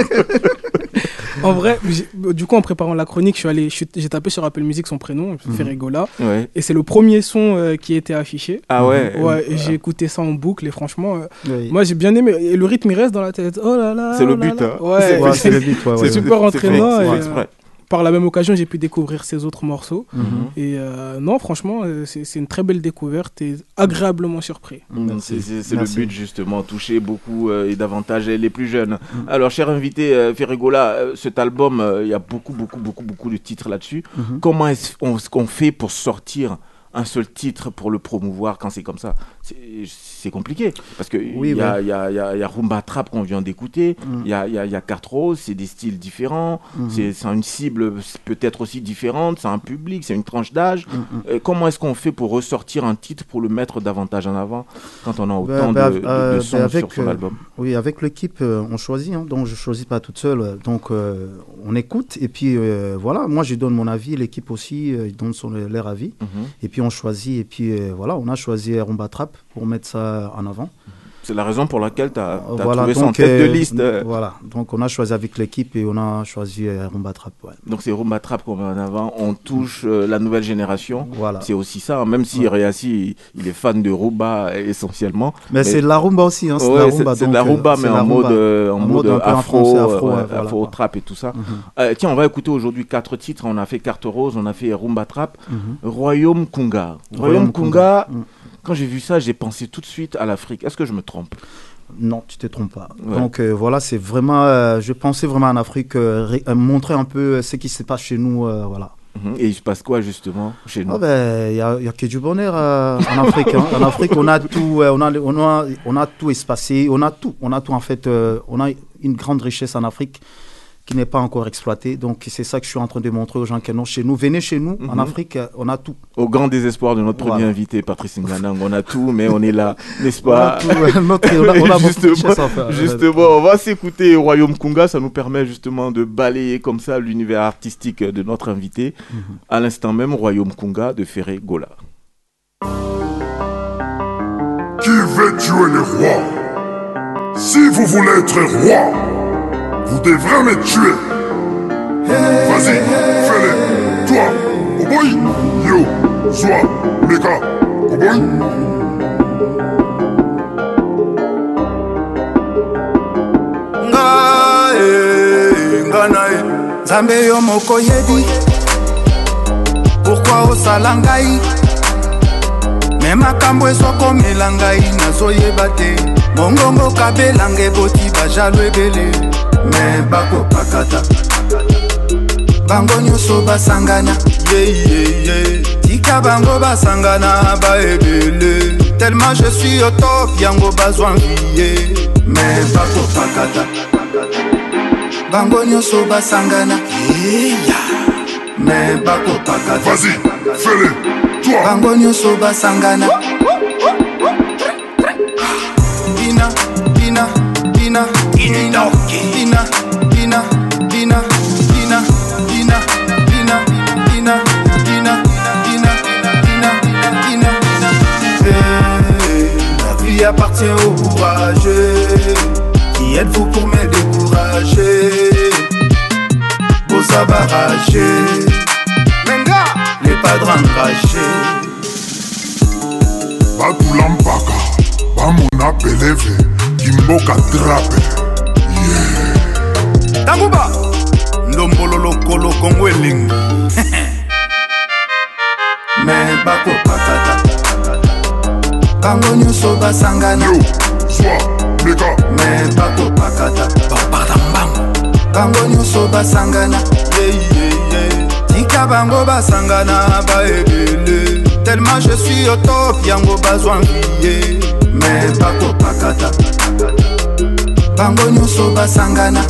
[SPEAKER 5] en vrai, j'ai- du coup, en préparant la chronique, je suis allé, je suis- j'ai tapé sur Apple Music son prénom,
[SPEAKER 3] Mhm.
[SPEAKER 5] Ferregola,
[SPEAKER 3] Ouais.
[SPEAKER 5] et c'est le premier son euh, qui était affiché.
[SPEAKER 3] Ah ouais.
[SPEAKER 5] Ouais, et
[SPEAKER 3] euh,
[SPEAKER 5] j'ai écouté ça en boucle et franchement, euh,
[SPEAKER 4] Oui.
[SPEAKER 5] moi j'ai bien aimé. Et le rythme il reste dans la tête. Oh là là.
[SPEAKER 3] C'est le
[SPEAKER 5] oh là
[SPEAKER 3] but,
[SPEAKER 5] là.
[SPEAKER 3] hein.
[SPEAKER 5] Ouais,
[SPEAKER 4] Ouais, c'est le but, ouais,
[SPEAKER 5] c'est
[SPEAKER 4] ouais,
[SPEAKER 5] super
[SPEAKER 4] ouais.
[SPEAKER 5] entraînant.
[SPEAKER 3] C'est fait,
[SPEAKER 5] et,
[SPEAKER 3] c'est
[SPEAKER 5] euh,
[SPEAKER 3] exprès.
[SPEAKER 5] par la même occasion, j'ai pu découvrir ses autres morceaux.
[SPEAKER 4] Mhm.
[SPEAKER 5] Et euh, non, franchement, euh, c'est c'est une très belle découverte et agréablement surpris.
[SPEAKER 3] Mm,
[SPEAKER 4] Merci.
[SPEAKER 3] C'est, c'est- c'est le
[SPEAKER 4] Merci.
[SPEAKER 3] but justement, toucher beaucoup euh, et davantage les plus jeunes.
[SPEAKER 4] Mm.
[SPEAKER 3] Alors cher invité euh, Ferregola, euh, cet album, euh, il y a beaucoup beaucoup beaucoup beaucoup de titres là-dessus.
[SPEAKER 4] Mhm.
[SPEAKER 3] Comment est-ce qu'on, qu'on fait pour sortir un seul titre pour le promouvoir quand c'est comme ça? C'est, c'est compliqué parce que il
[SPEAKER 4] Oui,
[SPEAKER 3] y, a,
[SPEAKER 4] ouais.
[SPEAKER 3] il y, a, il y, a, il y a Rumba Trap qu'on vient d'écouter,
[SPEAKER 4] Mm.
[SPEAKER 3] il y, a, il y, a, il y a Carte Rose, c'est des styles différents,
[SPEAKER 4] Mhm.
[SPEAKER 3] c'est, c'est une cible peut-être aussi différente, c'est un public, c'est une tranche d'âge.
[SPEAKER 4] Mhm.
[SPEAKER 3] Euh, comment est-ce qu'on fait pour ressortir un titre pour le mettre davantage en avant quand on a autant
[SPEAKER 4] Ben,
[SPEAKER 3] de,
[SPEAKER 4] ben,
[SPEAKER 3] de- de
[SPEAKER 4] euh,
[SPEAKER 3] sons
[SPEAKER 4] ben, avec,
[SPEAKER 3] sur son
[SPEAKER 4] euh,
[SPEAKER 3] album?
[SPEAKER 4] Oui, avec l'équipe, euh, on choisit. Hein, donc, je ne choisis pas toute seule. euh, Donc, euh, on écoute. Et puis, euh, voilà, moi, je donne mon avis. L'équipe aussi, euh, ils donnent son, leur avis.
[SPEAKER 3] Mhm.
[SPEAKER 4] Et puis, on choisit. Et puis, euh, voilà, on a choisi Rumba Trap pour mettre ça en avant.
[SPEAKER 3] C'est la raison pour laquelle tu as
[SPEAKER 4] Euh, voilà,
[SPEAKER 3] trouvé ça en
[SPEAKER 4] donc,
[SPEAKER 3] tête de
[SPEAKER 4] euh,
[SPEAKER 3] liste. euh.
[SPEAKER 4] Voilà, donc on a choisi avec l'équipe et on a choisi euh, Rumba Trap. Ouais.
[SPEAKER 3] Donc c'est Rumba Trap qu'on met en avant. On touche euh, la nouvelle génération.
[SPEAKER 4] Voilà.
[SPEAKER 3] C'est aussi ça, hein, même si
[SPEAKER 4] Ouais.
[SPEAKER 3] Réassi, il est fan de Rumba euh, essentiellement.
[SPEAKER 4] Mais, c'est de la rumba aussi. Hein, c'est de
[SPEAKER 3] Ouais,
[SPEAKER 4] la
[SPEAKER 3] c'est-
[SPEAKER 4] rumba.
[SPEAKER 3] c'est de
[SPEAKER 4] donc,
[SPEAKER 3] la
[SPEAKER 4] euh,
[SPEAKER 3] rumba,
[SPEAKER 4] c'est
[SPEAKER 3] mais
[SPEAKER 4] de
[SPEAKER 3] en
[SPEAKER 4] la
[SPEAKER 3] mode,
[SPEAKER 4] rumba.
[SPEAKER 3] euh, en
[SPEAKER 4] En
[SPEAKER 3] mode
[SPEAKER 4] mode un peu en
[SPEAKER 3] afro,
[SPEAKER 4] français, afro,
[SPEAKER 3] euh,
[SPEAKER 4] ouais,
[SPEAKER 3] ouais,
[SPEAKER 4] voilà,
[SPEAKER 3] afro
[SPEAKER 4] quoi.
[SPEAKER 3] trap et tout ça.
[SPEAKER 4] Mhm.
[SPEAKER 3] Euh, tiens, on va écouter aujourd'hui quatre titres. On a fait Carte Rose, on a fait Rumba Trap,
[SPEAKER 4] Mhm.
[SPEAKER 3] Royaume Kunga. Royaume
[SPEAKER 4] Royaume
[SPEAKER 3] Kunga,
[SPEAKER 4] Kunga. Mhm.
[SPEAKER 3] quand j'ai vu ça, j'ai pensé tout de suite à l'Afrique. Est-ce que je me trompe?
[SPEAKER 4] Non, tu te trompes pas.
[SPEAKER 3] Ouais.
[SPEAKER 4] Donc euh, voilà, c'est vraiment, euh, je pensais vraiment en Afrique, euh, ré- euh, montrer un peu euh, ce qui se passe chez nous, euh, voilà.
[SPEAKER 3] Mhm. Et il se passe quoi justement chez nous?
[SPEAKER 4] Ah ben, il y a, il y a que du bonheur euh, en Afrique. Hein. En Afrique, on a tout, euh, on a, on a, on a tout espacé, on a tout, on a tout en fait, euh, on a une grande richesse en Afrique qui n'est pas encore exploitée. Donc c'est ça que je suis en train de montrer aux gens qui sont chez nous. Venez chez nous, en
[SPEAKER 3] Mhm.
[SPEAKER 4] Afrique, euh, on a tout.
[SPEAKER 3] Au grand désespoir de notre premier
[SPEAKER 4] Voilà.
[SPEAKER 3] invité, Patrice Nganang, on a tout, mais on est là, n'est-ce
[SPEAKER 4] On a
[SPEAKER 3] pas?
[SPEAKER 4] tout, euh, notre- on a- on a beaucoup de
[SPEAKER 3] Justement,
[SPEAKER 4] richesse à faire.
[SPEAKER 3] justement, on va s'écouter Royaume Kunga, ça nous permet justement de balayer comme ça l'univers artistique de notre invité.
[SPEAKER 4] Mhm.
[SPEAKER 3] À l'instant même, Royaume Kunga de Ferregola.
[SPEAKER 10] Qui veut tuer les rois? Si vous voulez être roi, Vous devrez me tuer. Vas-y, fais-le. Toi, Cowboy, yo, Zoa, Meka, Cowboy.
[SPEAKER 6] Ngae, nganae, Nzambe yo moko yebi. Pourquoi osala ngai? Me makambo ezokomela ngai nazoyeba te. Mongongo kabelanga eboti bajalo ebele. Me bakopakata bango nyonso basangana. Yeah, yeah, yeah. Tika bango basangana baebele. Tellement je suis au top yango bazwa envie. Me bakopakata bango nyonso basangana. Yeah. Me bakopakata.
[SPEAKER 10] Vas-y, fais-le. Toi.
[SPEAKER 6] Bango nyonso basangana. Bina, bina, bina, bina, bina, bina, bina, bina, bina, bina, bina, bina, bina, bina, bina. Hey, la vie appartient aux courageux. Qui êtes-vous pour me décourager? Beau sabarrager, les padres enragés.
[SPEAKER 10] Batulampaka, bamona peleve, kimboka trape. Yeah.
[SPEAKER 6] Tanguba, ndombololo kolo kongweling. Mais bako pakata, bango nyonso basangana.
[SPEAKER 10] Yo, Zoa, Meka.
[SPEAKER 6] Mais bako pakata, bango nyonso basangana. Yeah, yeah, yeah. Tika bango basangana baebele. Tellement je suis au top yango bazwa envie. Mais bako pakata, bango nyonso basangana.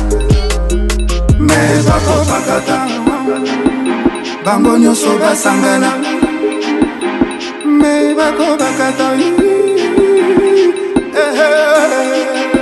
[SPEAKER 6] Mais bako pakata, bango nyonso basangana. Mais bako pakata. Eh, eh, eh.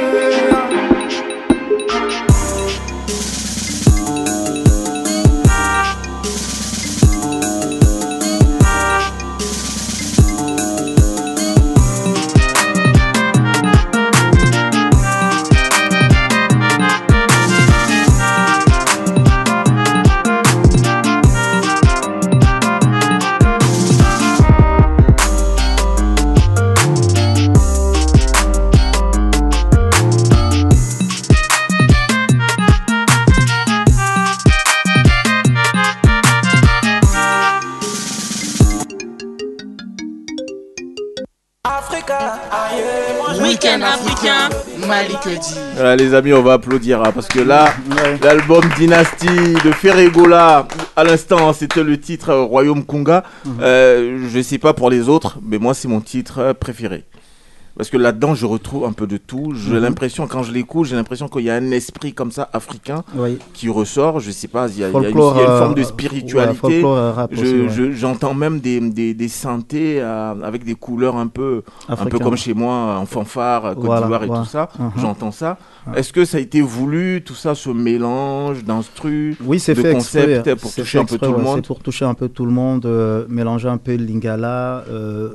[SPEAKER 11] Week-end africain, Malik dit.
[SPEAKER 3] Voilà les amis, on va applaudir hein, parce que là, ouais. L'album Dynasty de Ferregola, à l'instant, c'était le titre euh, Royaume Conga. Mm-hmm. euh, je sais pas pour les autres, mais moi c'est mon titre euh, préféré. Parce que là-dedans, je retrouve un peu de tout. J'ai mm-hmm. l'impression, quand je l'écoute, j'ai l'impression qu'il y a un esprit comme ça, africain, oui. qui ressort. Je sais pas, il y a, folklore, il y a, une, il y a une forme de spiritualité. Ouais, je, aussi, je, ouais. J'entends même des, des, des synthés euh, avec des couleurs un peu, un peu comme chez moi, en fanfare, Côte voilà, d'Ivoire et voilà. tout ça. Mm-hmm. J'entends ça. Ouais. Est-ce que ça a été voulu, tout ça, ce mélange d'instrus,
[SPEAKER 4] oui, c'est
[SPEAKER 3] de
[SPEAKER 4] fait
[SPEAKER 3] concepts
[SPEAKER 4] exprès,
[SPEAKER 3] pour toucher exprès, un peu tout ouais, le monde?
[SPEAKER 4] C'est pour toucher un peu tout le monde, euh, mélanger un peu le lingala, euh,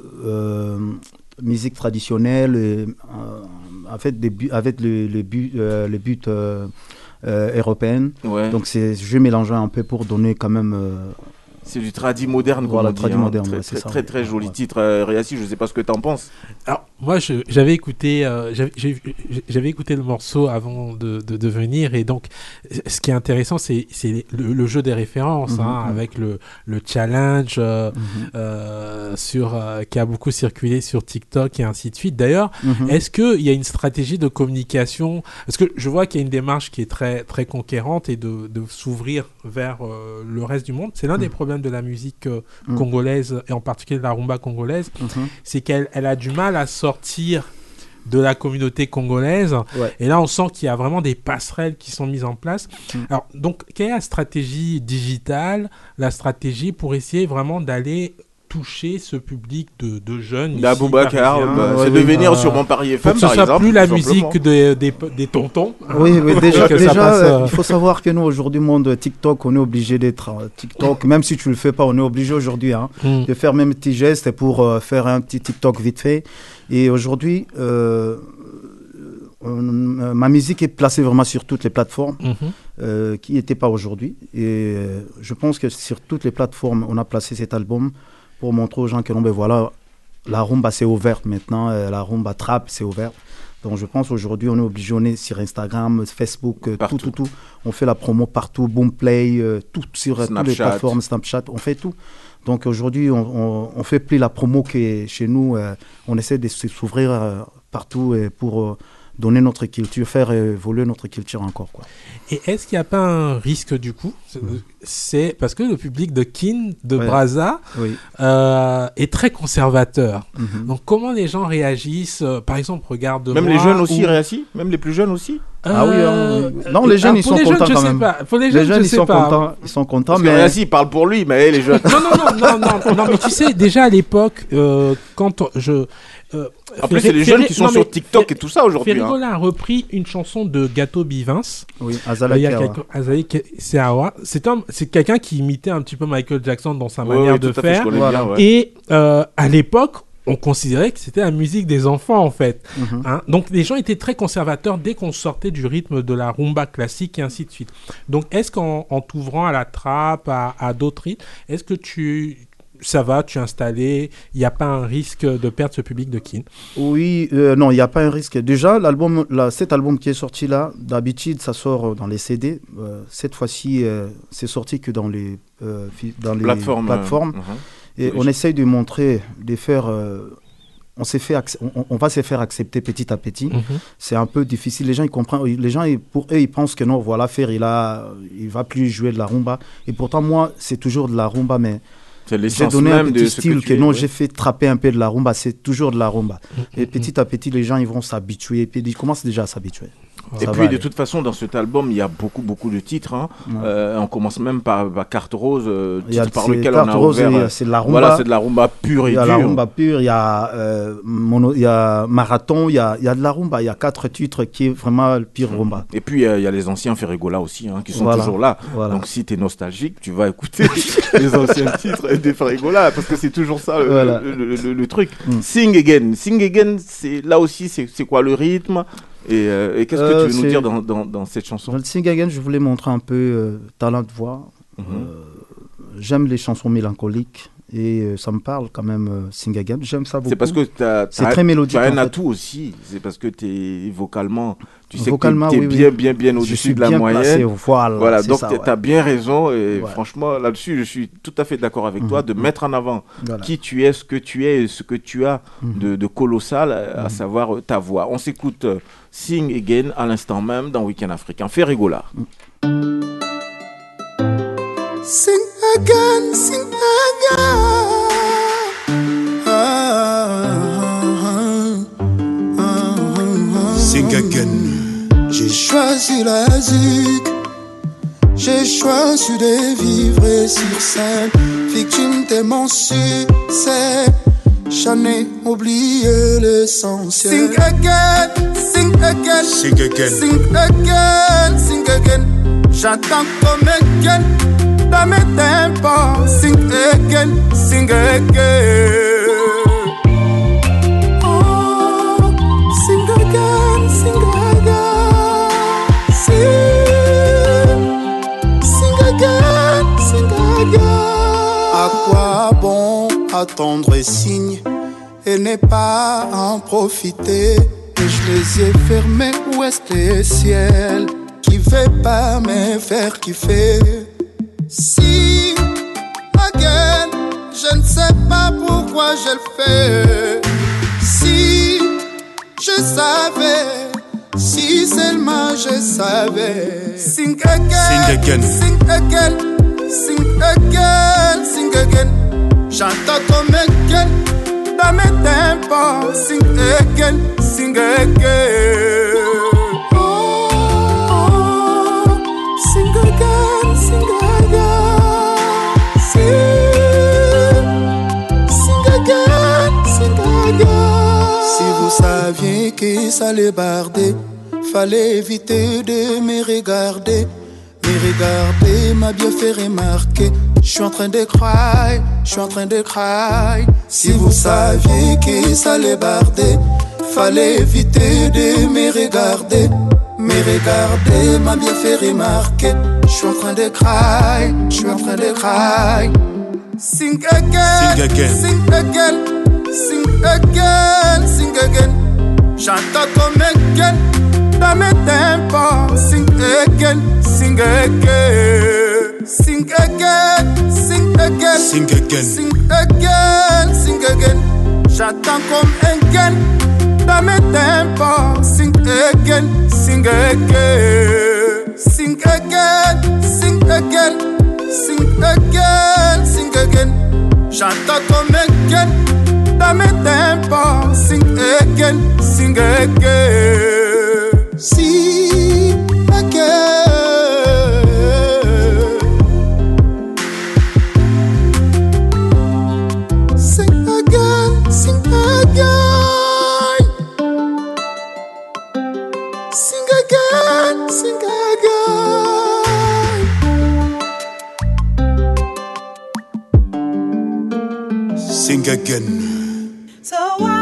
[SPEAKER 4] euh, musique traditionnelle, et, euh, en fait, des bu- avec les, les buts euh, les buts euh, euh, européennes. Ouais. Donc, c'est, je mélange un peu pour donner quand même. Euh,
[SPEAKER 3] c'est du tradi moderne,
[SPEAKER 4] voilà,
[SPEAKER 3] comme on
[SPEAKER 4] tradi
[SPEAKER 3] dit.
[SPEAKER 4] moderne,
[SPEAKER 3] hein. Très,
[SPEAKER 4] ouais,
[SPEAKER 3] très,
[SPEAKER 4] ça,
[SPEAKER 3] très, très joli ouais. titre. Euh, Réassi, je ne sais pas ce que tu en penses.
[SPEAKER 8] Alors, moi, je, j'avais écouté, euh, j'avais, j'avais écouté le morceau avant de, de, de venir, et donc, ce qui est intéressant, c'est, c'est le, le jeu des références, mm-hmm. hein, avec le, le challenge euh, mm-hmm. euh, sur, euh, qui a beaucoup circulé sur TikTok et ainsi de suite. D'ailleurs, mm-hmm. est-ce qu'il y a une stratégie de communication? Parce que je vois qu'il y a une démarche qui est très, très conquérante et de, de s'ouvrir vers euh, le reste du monde. C'est l'un mm-hmm. des problèmes de la musique euh, mm-hmm. congolaise, et en particulier de la rumba congolaise, mm-hmm. c'est qu'elle elle a du mal à sortir de la communauté congolaise. Ouais. Et là, on sent qu'il y a vraiment des passerelles qui sont mises en place. Mm. Alors, donc, quelle est la stratégie digitale, la stratégie pour essayer vraiment d'aller toucher ce public de, de jeunes
[SPEAKER 3] d'Aboubacar, bah, c'est ouais, de venir euh, sur Montpellier F M,
[SPEAKER 8] pour que ce soit plus la musique des, des, des tontons.
[SPEAKER 4] Oui, oui déjà, déjà passe, euh... il faut savoir que nous, aujourd'hui, monde TikTok, on est obligé d'être euh, TikTok, même si tu le fais pas, on est obligé aujourd'hui hein, mm. de faire même un petit geste pour euh, faire un petit TikTok vite fait. Et aujourd'hui, euh, euh, ma musique est placée vraiment sur toutes les plateformes,
[SPEAKER 8] Mhm.
[SPEAKER 4] euh, qui n'étaient pas aujourd'hui. Et euh, je pense que sur toutes les plateformes, on a placé cet album pour montrer aux gens que non, ben voilà, la rumba c'est ouverte maintenant, euh, la rumba trap c'est ouverte. Donc je pense aujourd'hui on est obligé, on est sur Instagram, Facebook, euh, tout, tout, tout. On fait la promo partout, Boomplay, euh, tout sur euh, toutes les
[SPEAKER 3] Snapchat.
[SPEAKER 4] plateformes, Snapchat, on fait tout. Donc aujourd'hui on, on, on fait plus la promo qui est chez nous, euh, on essaie de s'ouvrir euh, partout euh, pour euh, donner notre culture, faire évoluer notre culture encore, quoi.
[SPEAKER 8] Et est-ce qu'il n'y a pas un risque du coup? C'est parce que le public de Kin, de
[SPEAKER 4] Ouais.
[SPEAKER 8] Brazza,
[SPEAKER 4] Oui.
[SPEAKER 8] euh, est très conservateur.
[SPEAKER 4] Mhm.
[SPEAKER 8] Donc comment les gens réagissent? euh, Par exemple, regarde
[SPEAKER 3] Même
[SPEAKER 8] moi,
[SPEAKER 3] les jeunes aussi
[SPEAKER 8] ou-
[SPEAKER 3] réagissent, même les plus jeunes aussi.
[SPEAKER 4] Ah oui,
[SPEAKER 8] Euh,
[SPEAKER 4] hein, oui. Non, les jeunes,
[SPEAKER 8] ah,
[SPEAKER 4] ils
[SPEAKER 8] pour
[SPEAKER 4] sont
[SPEAKER 8] les jeunes,
[SPEAKER 4] contents
[SPEAKER 8] je
[SPEAKER 4] quand
[SPEAKER 8] sais
[SPEAKER 4] même.
[SPEAKER 8] pas. Pour les jeunes, je
[SPEAKER 4] ils
[SPEAKER 8] sais
[SPEAKER 4] sont
[SPEAKER 8] pas.
[SPEAKER 4] contents, ils sont contents,
[SPEAKER 3] Parce que
[SPEAKER 4] mais
[SPEAKER 3] Réassi, il parle pour lui, mais les jeunes.
[SPEAKER 8] Non, non, non, non, non, non, mais tu sais, déjà à l'époque, euh, quand on- je. euh,
[SPEAKER 3] En plus,
[SPEAKER 8] Ferré-
[SPEAKER 3] c'est les jeunes
[SPEAKER 8] Ferré-
[SPEAKER 3] qui sont
[SPEAKER 8] non,
[SPEAKER 3] sur
[SPEAKER 8] mais
[SPEAKER 3] TikTok et tout ça aujourd'hui. hein.
[SPEAKER 8] Ferrigola a repris une chanson de Gato Bivins.
[SPEAKER 4] oui,
[SPEAKER 8] Euh,
[SPEAKER 4] Azala
[SPEAKER 8] il y a
[SPEAKER 4] Keawa.
[SPEAKER 8] quelques- Azaï Ke- Seawa. C'est un- c'est quelqu'un qui imitait un petit peu Michael Jackson dans sa
[SPEAKER 3] Ouais,
[SPEAKER 8] manière
[SPEAKER 3] ouais,
[SPEAKER 8] de
[SPEAKER 3] tout à fait, je
[SPEAKER 8] faire.
[SPEAKER 3] connais
[SPEAKER 4] Voilà.
[SPEAKER 3] bien, ouais.
[SPEAKER 8] Et euh, à l'époque, on considérait que c'était la musique des enfants, en fait.
[SPEAKER 4] Mhm.
[SPEAKER 8] Hein. Donc les gens étaient très conservateurs dès qu'on sortait du rythme de la rumba classique et ainsi de suite. Donc est-ce qu'en en t'ouvrant à la trappe, à, à d'autres rythmes, est-ce que tu... Ça va, tu es installé, il n'y a pas un risque de perdre ce public de Kin?
[SPEAKER 4] Oui, euh, non, il n'y a pas un risque. Déjà, l'album, là, cet album qui est sorti là, d'habitude, ça sort euh, dans les C D. Euh, cette fois-ci, euh, c'est sorti que dans les, euh, fi- dans les
[SPEAKER 3] Plateforme.
[SPEAKER 4] plateformes.
[SPEAKER 3] euh, mhm.
[SPEAKER 4] Et
[SPEAKER 3] Oui.
[SPEAKER 4] on essaye de montrer, de faire... euh, on, s'est fait acc- on, on va se faire accepter petit à petit.
[SPEAKER 8] Mhm.
[SPEAKER 4] C'est un peu difficile. Les gens, ils comprennent. Les gens, ils- pour eux, ils pensent que non, voilà, faire, il a, il va plus jouer de la rumba. Et pourtant, moi, c'est toujours de la rumba, mais
[SPEAKER 3] C'est
[SPEAKER 4] j'ai
[SPEAKER 3] l'essence
[SPEAKER 4] donné un
[SPEAKER 3] même de
[SPEAKER 4] petit
[SPEAKER 3] ce
[SPEAKER 4] style
[SPEAKER 3] que
[SPEAKER 4] que,
[SPEAKER 3] tu es,
[SPEAKER 4] non,
[SPEAKER 3] ouais.
[SPEAKER 4] j'ai fait trapper un peu de la rumba. C'est toujours de la rumba.
[SPEAKER 8] Mhm.
[SPEAKER 4] Et petit à petit, les gens, ils vont s'habituer. Et puis, ils commencent déjà à s'habituer.
[SPEAKER 3] Et
[SPEAKER 4] Ça
[SPEAKER 3] puis
[SPEAKER 4] va
[SPEAKER 3] de
[SPEAKER 4] aller.
[SPEAKER 3] toute façon, dans cet album, il y a beaucoup, beaucoup de titres. hein.
[SPEAKER 4] Ouais.
[SPEAKER 3] Euh, on commence même par, par Carte Rose, euh,
[SPEAKER 4] Il y a
[SPEAKER 3] titre par
[SPEAKER 4] c'est
[SPEAKER 3] lequel
[SPEAKER 4] Carte
[SPEAKER 3] on a
[SPEAKER 4] Rose,
[SPEAKER 3] ouvert.
[SPEAKER 4] il y a-
[SPEAKER 3] euh,
[SPEAKER 4] c'est de la rumba.
[SPEAKER 3] Voilà, c'est de la rumba pure et
[SPEAKER 4] Il y a
[SPEAKER 3] dure.
[SPEAKER 4] la rumba pure, il y a, euh, mono- il y a Marathon, il y a, il y a de la rumba. Il y a quatre titres qui est vraiment le pire rumba.
[SPEAKER 3] Et puis euh, il y a les anciens Ferrigola aussi, hein, qui sont
[SPEAKER 4] Voilà.
[SPEAKER 3] toujours là.
[SPEAKER 4] Voilà.
[SPEAKER 3] Donc si tu es nostalgique, tu vas écouter les anciens titres des Ferrigola, parce que c'est toujours ça le,
[SPEAKER 4] Voilà.
[SPEAKER 3] le, le- le- le truc.
[SPEAKER 4] Mm.
[SPEAKER 3] Sing Again. Sing Again, c'est, là aussi, c'est, c'est quoi le rythme? Et, euh, et qu'est-ce que
[SPEAKER 4] Euh,
[SPEAKER 3] tu veux nous
[SPEAKER 4] c'est-
[SPEAKER 3] dire dans, dans, dans cette chanson?
[SPEAKER 4] Dans le Sing Again, je voulais montrer un peu euh, talent de voix.
[SPEAKER 3] Mhm.
[SPEAKER 4] Euh, j'aime les chansons mélancoliques et euh, ça me parle quand même, euh, Sing Again. J'aime ça beaucoup.
[SPEAKER 3] C'est parce que t'as,
[SPEAKER 4] C'est
[SPEAKER 3] t'as-
[SPEAKER 4] très mélodique,
[SPEAKER 3] tu as un
[SPEAKER 4] en fait.
[SPEAKER 3] atout aussi. C'est parce que tu es vocalement, tu sais
[SPEAKER 4] Vocalement,
[SPEAKER 3] que tu es
[SPEAKER 4] oui,
[SPEAKER 3] bien,
[SPEAKER 4] oui.
[SPEAKER 3] bien, bien
[SPEAKER 4] Je
[SPEAKER 3] au-dessus
[SPEAKER 4] suis
[SPEAKER 3] de la
[SPEAKER 4] bien
[SPEAKER 3] moyenne.
[SPEAKER 4] placé, voilà,
[SPEAKER 3] Voilà,
[SPEAKER 4] c'est
[SPEAKER 3] donc
[SPEAKER 4] ça,
[SPEAKER 3] tu
[SPEAKER 4] ouais.
[SPEAKER 3] as bien raison. Et
[SPEAKER 4] Ouais.
[SPEAKER 3] franchement, là-dessus, je suis tout à fait d'accord avec
[SPEAKER 4] Mhm.
[SPEAKER 3] toi de mettre en avant
[SPEAKER 4] Voilà.
[SPEAKER 3] qui tu es, ce que tu es et ce que tu as
[SPEAKER 4] Mhm.
[SPEAKER 3] de, de colossal, euh, à
[SPEAKER 4] Mhm.
[SPEAKER 3] savoir euh, ta voix. On s'écoute euh, Sing Again à l'instant même dans Week-end Africain. Ferrigola.
[SPEAKER 6] Sing again, sing again. Ah, ah, ah,
[SPEAKER 7] Sing again.
[SPEAKER 6] J'ai choisi la zik, j'ai choisi de vivre sur scène, victime de mon succès. J'en ai oublié l'essentiel. Sing again, sing again,
[SPEAKER 7] Sing again.
[SPEAKER 6] sing again, sing again. J'entends comme again dans mes tempos. Sing again, sing again. Oh, sing again, sing again. Sing, sing again, sing again. À quoi bon attendre signe et ne pas en profiter? Et je les ai fermés, où est le ciel qui veut pas me faire kiffer? Si, again, je ne sais pas pourquoi je le fais. Si, je savais, si seulement je savais. Sing again,
[SPEAKER 7] Sing again.
[SPEAKER 6] sing again, sing again, sing again. J'entends comme again dans mes tempos. Sing again, sing again. Oh, sing again, sing again. Sing, sing again, sing again. Si vous saviez que ça allait barder, fallait éviter de me regarder. Me regarder m'a bien fait remarquer. Je suis en train de cry, je suis en train de cry. Si vous saviez que ça allait barder, fallait éviter de me regarder. Me regarder m'a bien fait remarquer. Je suis en train de cry, je suis en train de cry. Sing again,
[SPEAKER 1] Sing again.
[SPEAKER 6] sing again, sing again, sing again. J'entends ton again dans mes tempos. Sing again, sing again, sing again, sing again,
[SPEAKER 1] Sing again.
[SPEAKER 6] sing again, sing again. J'entends comme again dans mes tempos. Sing again, sing again, sing again, sing again, sing again, sing again. J'entends comme again dans mes tempos. Sing again, sing again, sing again. Sing again, sing again. Sing again, sing again.
[SPEAKER 1] Sing again.
[SPEAKER 12] So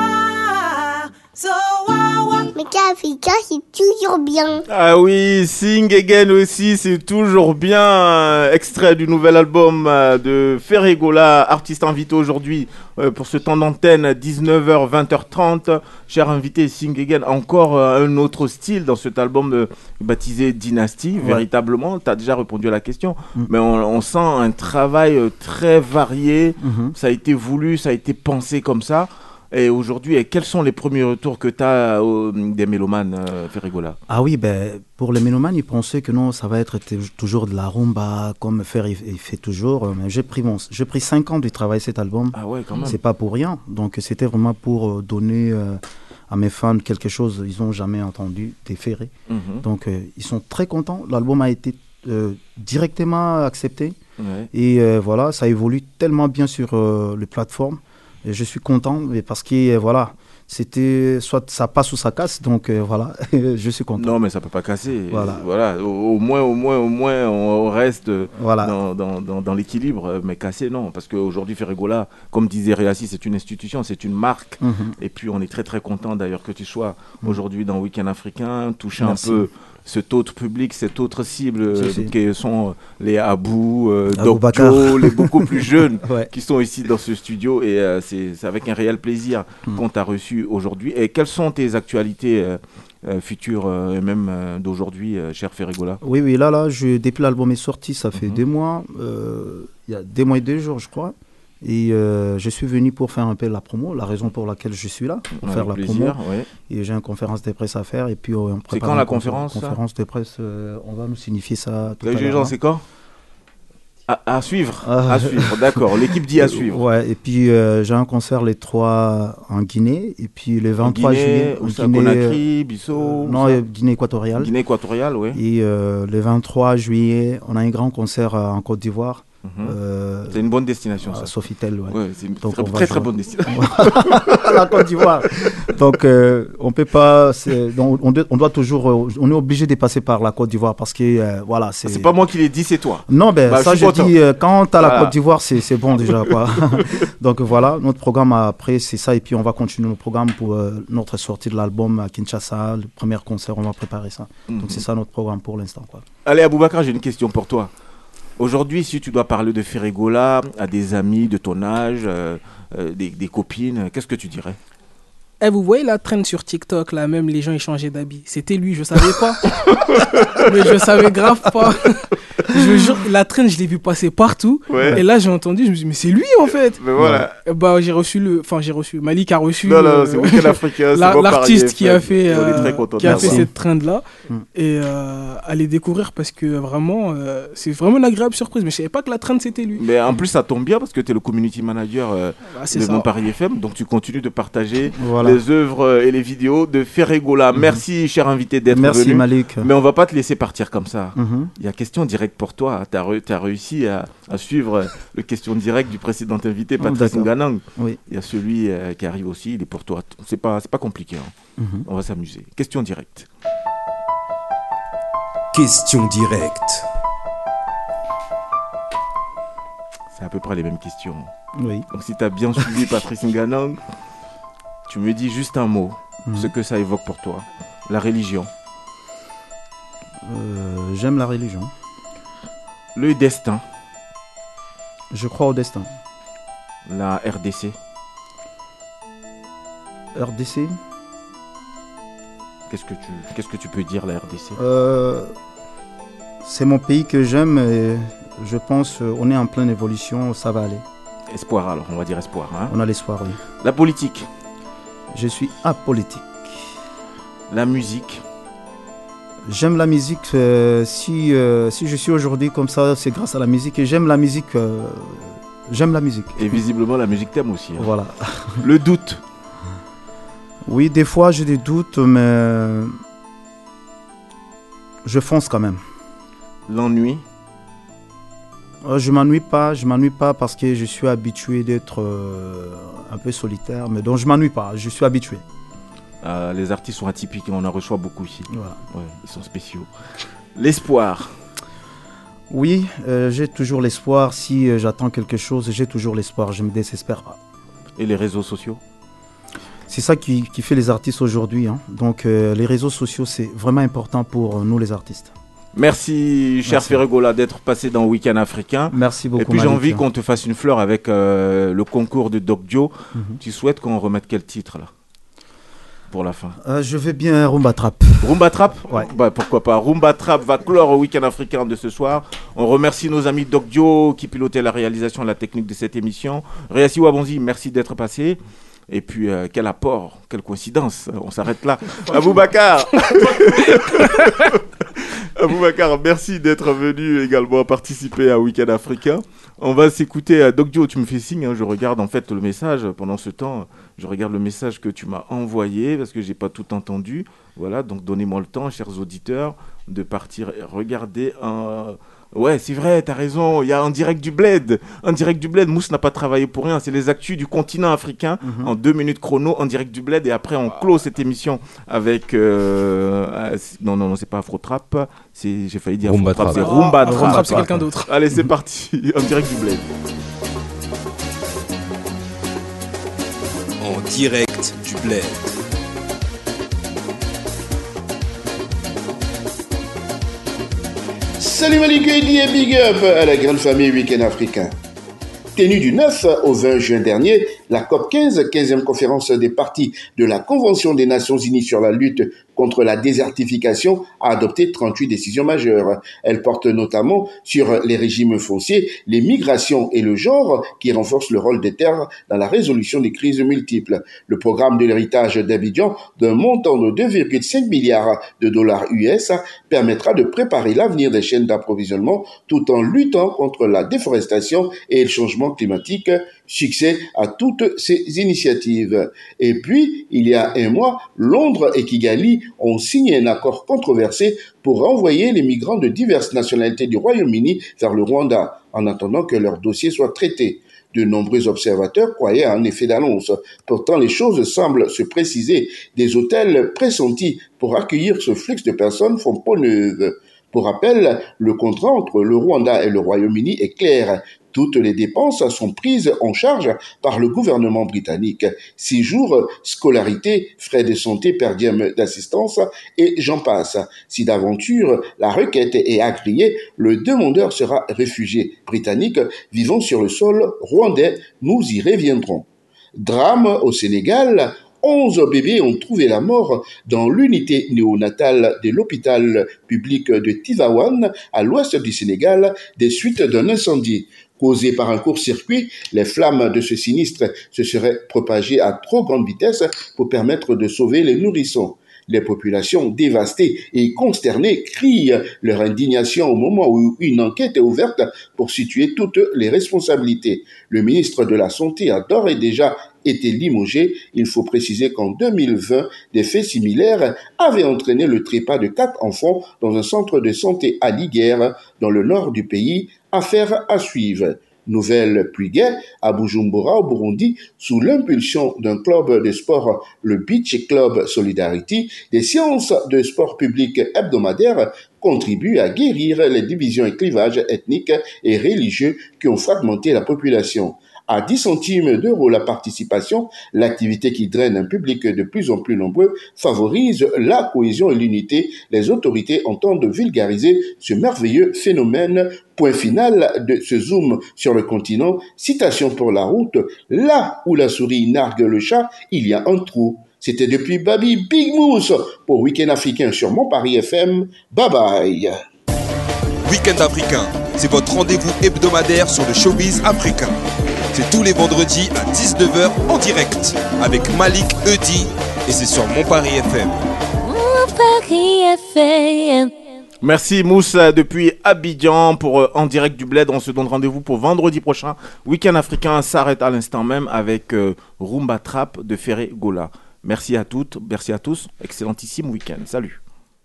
[SPEAKER 12] wah, so wah, wah.
[SPEAKER 13] Mais Africa, c'est toujours bien.
[SPEAKER 3] Ah oui, Sing Again aussi, c'est toujours bien. Euh, Extrait du nouvel album euh, de Ferregola, artiste invité aujourd'hui euh, pour ce temps d'antenne, dix-neuf heures, vingt heures trente. Cher invité, Sing Again, encore euh, un autre style dans cet album euh, baptisé Dynasty,
[SPEAKER 4] Ouais.
[SPEAKER 3] véritablement. Tu as déjà répondu à la question,
[SPEAKER 4] Mm.
[SPEAKER 3] mais on, on sent un travail euh, très varié.
[SPEAKER 4] Mhm.
[SPEAKER 3] Ça a été voulu, ça a été pensé comme ça. Et aujourd'hui, et quels sont les premiers retours que tu as des mélomanes, euh, Ferregola?
[SPEAKER 4] Ah oui, ben, pour les mélomanes, ils pensaient que non, ça va être t- toujours de la rumba, comme Fer il, il fait toujours. Euh, Mais j'ai pris, mon, j'ai pris cinq ans de travailler cet album.
[SPEAKER 3] Ah ouais, quand même.
[SPEAKER 4] C'est pas pour rien. Donc c'était vraiment pour euh, donner euh, à mes fans quelque chose ils n'ont jamais entendu, des ferrés.
[SPEAKER 3] Mhm.
[SPEAKER 4] Donc euh, ils sont très contents. L'album a été euh, directement accepté.
[SPEAKER 3] Ouais.
[SPEAKER 4] Et euh, voilà, ça évolue tellement bien sur euh, les plateformes. Et je suis content mais parce que euh, voilà, c'était soit ça passe ou ça casse. Donc euh, voilà, je suis content.
[SPEAKER 3] Non, mais ça peut pas casser.
[SPEAKER 4] Voilà.
[SPEAKER 3] Voilà. Au, au moins, au moins, au moins, on reste
[SPEAKER 4] Voilà.
[SPEAKER 3] dans, dans, dans, dans l'équilibre. Mais casser, non. Parce qu'aujourd'hui, Ferregola, comme disait Réassi, c'est une institution, c'est une marque.
[SPEAKER 4] Mhm.
[SPEAKER 3] Et puis, on est très, très content d'ailleurs que tu sois
[SPEAKER 4] Mhm.
[SPEAKER 3] aujourd'hui dans Week-end Africain, toucher
[SPEAKER 4] Merci.
[SPEAKER 3] un peu cet autre public, cette autre cible
[SPEAKER 4] Si,
[SPEAKER 3] euh,
[SPEAKER 4] si.
[SPEAKER 3] qui sont les Abou, euh,
[SPEAKER 4] Abou
[SPEAKER 3] Doc
[SPEAKER 4] Bakar.
[SPEAKER 3] Joe, les beaucoup plus jeunes
[SPEAKER 4] Ouais.
[SPEAKER 3] qui sont ici dans ce studio. Et euh, c'est c'est avec un réel plaisir
[SPEAKER 4] Mhm.
[SPEAKER 3] qu'on t'a reçu aujourd'hui. Et quelles sont tes actualités euh, euh, futures euh, et même euh, d'aujourd'hui, euh, cher Ferregola?
[SPEAKER 4] Oui, oui, là, là, je, depuis l'album est sorti, ça fait
[SPEAKER 3] Mhm.
[SPEAKER 4] deux mois. euh, Il y a deux mois et deux jours, je crois. Et euh, je suis venu pour faire un peu la promo, la raison pour laquelle je suis là, pour
[SPEAKER 3] Avec
[SPEAKER 4] faire la
[SPEAKER 3] plaisir,
[SPEAKER 4] promo.
[SPEAKER 3] ouais.
[SPEAKER 4] Et j'ai une conférence de presse à faire. Et puis, euh, on prépare
[SPEAKER 3] quand
[SPEAKER 4] une
[SPEAKER 3] la
[SPEAKER 4] con-
[SPEAKER 3] conférence, ça
[SPEAKER 4] Conférence de presse, euh, on va nous signifier ça tout
[SPEAKER 3] Les
[SPEAKER 4] à l'heure.
[SPEAKER 3] gens,
[SPEAKER 4] hein.
[SPEAKER 3] c'est quand à, à suivre,
[SPEAKER 4] Ah.
[SPEAKER 3] à suivre, d'accord. L'équipe dit à suivre.
[SPEAKER 4] Ouais, et puis euh, j'ai un concert les trois en Guinée. Et puis le vingt-trois
[SPEAKER 3] Guinée,
[SPEAKER 4] juillet.
[SPEAKER 3] où
[SPEAKER 4] en
[SPEAKER 3] ça,
[SPEAKER 4] Guinée,
[SPEAKER 3] Conakry, Bissau,
[SPEAKER 4] euh, Non,
[SPEAKER 3] où ça
[SPEAKER 4] euh, Guinée équatoriale.
[SPEAKER 3] Guinée équatoriale, oui.
[SPEAKER 4] Et euh, le vingt-trois juillet, on a un grand concert euh, en Côte d'Ivoire.
[SPEAKER 3] Mhm.
[SPEAKER 4] Euh,
[SPEAKER 3] C'est une bonne destination, ça.
[SPEAKER 4] à Sofitel, ouais.
[SPEAKER 3] Ouais, c'est une
[SPEAKER 4] Donc,
[SPEAKER 3] très,
[SPEAKER 4] on va
[SPEAKER 3] très, très
[SPEAKER 4] jouer.
[SPEAKER 3] bonne destination.
[SPEAKER 4] La Côte d'Ivoire. Donc, euh, on peut pas. c'est- donc, on, doit, on doit toujours. euh, on est obligé de passer par la Côte d'Ivoire parce que euh, voilà, c'est.
[SPEAKER 3] C'est pas moi qui l'ai dit, c'est toi.
[SPEAKER 4] Non, ben
[SPEAKER 3] Bah,
[SPEAKER 4] ça,
[SPEAKER 3] je suis
[SPEAKER 4] je
[SPEAKER 3] content.
[SPEAKER 4] dis euh, quand t'as la
[SPEAKER 3] Voilà.
[SPEAKER 4] Côte d'Ivoire, c'est c'est bon déjà, quoi. Donc voilà, notre programme après, c'est ça, et puis on va continuer nos programmes pour euh, notre sortie de l'album à Kinshasa, le premier concert, on va préparer ça.
[SPEAKER 3] Mhm.
[SPEAKER 4] Donc c'est ça notre programme pour l'instant, quoi.
[SPEAKER 3] Allez, Aboubacar, j'ai une question pour toi. Aujourd'hui, si tu dois parler de Ferregola à des amis de ton âge, euh, euh, des, des copines, qu'est-ce que tu dirais?
[SPEAKER 5] Eh, vous voyez la traîne sur TikTok, là, même les gens ils changeaient d'habit. C'était lui, je savais pas. Mais je savais grave pas. Je jure, la traîne, je l'ai vu passer partout.
[SPEAKER 3] Ouais.
[SPEAKER 5] Et là, j'ai entendu, je me suis dit, mais c'est lui en fait.
[SPEAKER 3] Mais voilà.
[SPEAKER 5] Ouais. Bah, j'ai reçu le. Enfin, j'ai reçu. Malik a reçu.
[SPEAKER 3] Non, non,
[SPEAKER 5] le-
[SPEAKER 3] c'est Week-end Africain, c'est
[SPEAKER 5] la-
[SPEAKER 3] bon,
[SPEAKER 5] l'artiste
[SPEAKER 3] pareil,
[SPEAKER 5] qui a fait,
[SPEAKER 3] on est très
[SPEAKER 5] euh,
[SPEAKER 3] content
[SPEAKER 5] qui a
[SPEAKER 3] de
[SPEAKER 5] fait
[SPEAKER 3] l'avoir.
[SPEAKER 5] cette traîne-là.
[SPEAKER 4] Mm.
[SPEAKER 5] Et euh, à les découvrir parce que vraiment, euh, c'est vraiment une agréable surprise. Mais je savais pas que la traîne, c'était lui.
[SPEAKER 3] Mais en plus, ça tombe bien parce que tu es le community manager euh,
[SPEAKER 5] Ah, c'est
[SPEAKER 3] de
[SPEAKER 5] ça.
[SPEAKER 3] Mon Paris F M. Donc, tu continues de partager
[SPEAKER 4] Voilà.
[SPEAKER 3] les œuvres euh, et les vidéos de Ferregola. Merci, cher invité, d'être venu.
[SPEAKER 4] Merci Malik.
[SPEAKER 3] Mais on va pas te laisser partir comme ça.
[SPEAKER 4] Mhm.
[SPEAKER 3] Il y a question directe pour toi. Tu as, réussi à, à suivre le question direct du précédent invité,
[SPEAKER 4] Oh,
[SPEAKER 3] Patrice
[SPEAKER 4] d'accord.
[SPEAKER 3] Nganang.
[SPEAKER 4] Oui.
[SPEAKER 3] Il y a celui euh, qui arrive aussi, il est pour toi. C'est pas, c'est pas compliqué. hein.
[SPEAKER 4] Mhm.
[SPEAKER 3] On va s'amuser. Question directe.
[SPEAKER 1] Question directe.
[SPEAKER 3] C'est à peu près les mêmes questions.
[SPEAKER 4] Oui.
[SPEAKER 3] Donc si tu as bien suivi Patrice Nganang, tu me dis juste un mot. mmh. ce que ça évoque pour toi. La religion.
[SPEAKER 4] Euh, j'aime la religion.
[SPEAKER 3] Le destin.
[SPEAKER 4] Je crois au destin.
[SPEAKER 3] La R D C.
[SPEAKER 4] R D C.
[SPEAKER 3] Qu'est-ce que tu, qu'est-ce que tu peux dire, la R D C?
[SPEAKER 4] euh, C'est mon pays que j'aime et je pense qu'on est en pleine évolution, ça va aller.
[SPEAKER 3] Espoir alors, on va dire espoir. Hein.
[SPEAKER 4] On a l'espoir, oui.
[SPEAKER 3] La politique.
[SPEAKER 4] Je suis apolitique.
[SPEAKER 3] La musique.
[SPEAKER 4] J'aime la musique. Euh, si, euh, si je suis aujourd'hui comme ça, c'est grâce à la musique. Et j'aime la musique. Euh, j'aime la musique.
[SPEAKER 3] Et visiblement, la musique t'aime aussi. Hein.
[SPEAKER 4] Voilà.
[SPEAKER 3] Le doute.
[SPEAKER 4] Oui, des fois, j'ai des doutes, mais je fonce quand même.
[SPEAKER 3] L'ennui.
[SPEAKER 4] Euh, je m'ennuie pas. Je m'ennuie pas parce que je suis habitué d'être euh, un peu solitaire. Mais donc, je m'ennuie pas. Je suis habitué.
[SPEAKER 3] Euh, les artistes sont atypiques, on en reçoit beaucoup ici.
[SPEAKER 4] Voilà.
[SPEAKER 3] Ouais, ils sont spéciaux. L'espoir.
[SPEAKER 4] Oui, euh, j'ai toujours l'espoir. Si euh, j'attends quelque chose, j'ai toujours l'espoir. Je ne me désespère pas.
[SPEAKER 3] Et les réseaux sociaux?
[SPEAKER 4] C'est ça qui, qui fait les artistes aujourd'hui. Hein. Donc euh, les réseaux sociaux, c'est vraiment important pour euh, nous les artistes.
[SPEAKER 3] Merci, cher Ferregola, d'être passé dans Week-end Africain.
[SPEAKER 4] Merci beaucoup.
[SPEAKER 3] Et puis j'ai
[SPEAKER 4] Malik.
[SPEAKER 3] envie qu'on te fasse une fleur avec euh, le concours de Doc Dio. Mm-hmm. Tu souhaites qu'on remette quel titre là pour la fin?
[SPEAKER 4] euh, Je vais bien Rumba Trap.
[SPEAKER 3] Rumba Trap?
[SPEAKER 4] Ouais.
[SPEAKER 3] Bah, pourquoi pas. Rumba Trap va clore au Week-end Africain de ce soir. On remercie nos amis Doc Dio qui pilotaient la réalisation et la technique de cette émission. Réassi Wabonzi, merci d'être passé. Et puis, euh, quel apport, quelle coïncidence. On s'arrête là. Aboubacar Aboubacar, merci d'être venu également participer à Week-end Africain. On va s'écouter à Doc Dio, tu me fais signe, hein, je regarde en fait le message pendant ce temps, je regarde le message que tu m'as envoyé parce que j'ai pas tout entendu. Voilà, donc donnez-moi le temps, chers auditeurs, de partir et regarder un... Ouais, c'est vrai, t'as raison, il y a un direct du Bled. Un direct du Bled, Mousse n'a pas travaillé pour rien, c'est les actus du continent africain, mm-hmm. en deux minutes chrono, en direct du Bled, et après on close cette émission avec... Euh... Non, non, non, c'est pas Afro Trap, c'est... j'ai failli dire
[SPEAKER 5] Rumba
[SPEAKER 3] Afro Trap,
[SPEAKER 5] Trap.
[SPEAKER 3] c'est Rumba
[SPEAKER 5] Ah,
[SPEAKER 3] Trap.
[SPEAKER 5] Rumba Trap, c'est quelqu'un d'autre.
[SPEAKER 3] Allez, c'est parti, en direct du Bled.
[SPEAKER 1] En direct du Bled.
[SPEAKER 14] Salut Malik Edi et big up à la grande famille Week-end Africain. Tenue du neuf au vingt juin dernier, la COP quinze, quinzième conférence des parties de la Convention des Nations Unies sur la lutte contre la désertification, a adopté trente-huit décisions majeures. Elle porte notamment sur les régimes fonciers, les migrations et le genre qui renforcent le rôle des terres dans la résolution des crises multiples. Le programme de l'héritage d'Abidjan, d'un montant de deux virgule cinq milliards de dollars U S, permettra de préparer l'avenir des chaînes d'approvisionnement tout en luttant contre la déforestation et le changement climatique. Succès à toutes ces initiatives. Et puis, il y a un mois, Londres et Kigali ont signé un accord controversé pour renvoyer les migrants de diverses nationalités du Royaume-Uni vers le Rwanda, en attendant que leur dossier soit traité. De nombreux observateurs croyaient à un effet d'annonce. Pourtant, les choses semblent se préciser. Des hôtels pressentis pour accueillir ce flux de personnes font peau neuve. Pour rappel, le contrat entre le Rwanda et le Royaume-Uni est clair. Toutes les dépenses sont prises en charge par le gouvernement britannique. Séjour, scolarité, frais de santé, per diem d'assistance et j'en passe. Si d'aventure la requête est agréée, le demandeur sera réfugié britannique vivant sur le sol rwandais. Nous y reviendrons. Drame au Sénégal. onze bébés ont trouvé la mort dans l'unité néonatale de l'hôpital public de Tivaouane, à l'ouest du Sénégal, des suites d'un incendie. Causé par un court-circuit, les flammes de ce sinistre se seraient propagées à trop grande vitesse pour permettre de sauver les nourrissons. Les populations dévastées et consternées crient leur indignation au moment où une enquête est ouverte pour situer toutes les responsabilités. Le ministre de la Santé a d'ores et déjà été limogé. Il faut préciser qu'en deux mille vingt, des faits similaires avaient entraîné le trépas de quatre enfants dans un centre de santé à Liguère, dans le nord du pays. Affaire à suivre. Nouvelle pluie gaie à Bujumbura au Burundi, sous l'impulsion d'un club de sport, le Beach Club Solidarity, des séances de sport public hebdomadaires contribuent à guérir les divisions et clivages ethniques et religieux qui ont fragmenté la population. À dix centimes d'euros la participation, l'activité qui draine un public de plus en plus nombreux favorise la cohésion et l'unité. Les autorités entendent vulgariser ce merveilleux phénomène. Point final de ce zoom sur le continent. Citation pour la route. Là où la souris nargue le chat, il y a un trou. C'était depuis Babi Big Mousse pour Week-end Africain sur Mon Paris F M. Bye bye.
[SPEAKER 1] Week-end Africain, c'est votre rendez-vous hebdomadaire sur le showbiz africain. C'est tous les vendredis à dix-neuf heures en direct avec Malik Eudi et c'est sur Mon Paris F M.
[SPEAKER 2] Mon Paris F M.
[SPEAKER 3] Merci Mousse depuis Abidjan pour euh, En Direct du Bled. On se donne rendez-vous pour vendredi prochain. Week-end Africain s'arrête à l'instant même avec euh, Rumba Trap de Ferré Gola. Merci à toutes, merci à tous. Excellentissime week-end. Salut.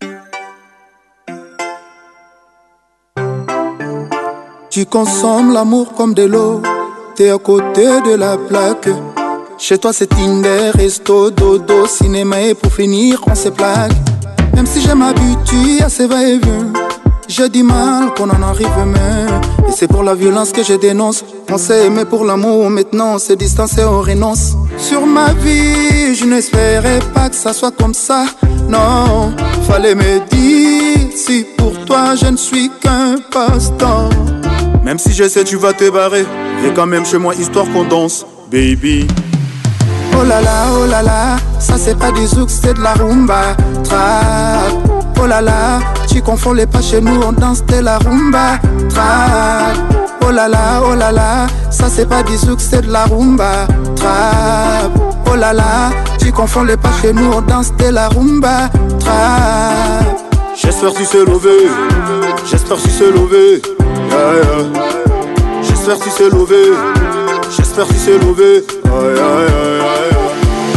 [SPEAKER 6] Tu consommes l'amour comme de l'eau, t'es à côté de la plaque. Chez toi c'est Tinder, resto, dodo, cinéma et pour finir on se plaque. Même si je m'habitue à ces va-et-vient, j'ai du mal qu'on en arrive même. Et c'est pour la violence que je dénonce. On s'est aimé pour l'amour, maintenant on s'est distancé, on renonce. Sur ma vie, je n'espérais pas que ça soit comme ça. Non, fallait me dire si pour toi je ne suis qu'un passe-temps. Même si je sais tu vas te barrer, viens quand même chez moi histoire qu'on danse, baby. Oh là là, oh là là, ça c'est pas du zouk, c'est de la rumba trap. Oh là là, tu confonds les pas, chez nous on danse de la rumba trap. Oh là là, oh là là, ça c'est pas du zouk, c'est de la rumba trap. Oh là là, tu confonds les pas, chez nous on danse de la rumba trap.
[SPEAKER 7] J'espère tu sais lever, j'espère tu sais lever, yeah, yeah. J'espère tu sais lever, j'espère tu sais lever, yeah, yeah, yeah, yeah.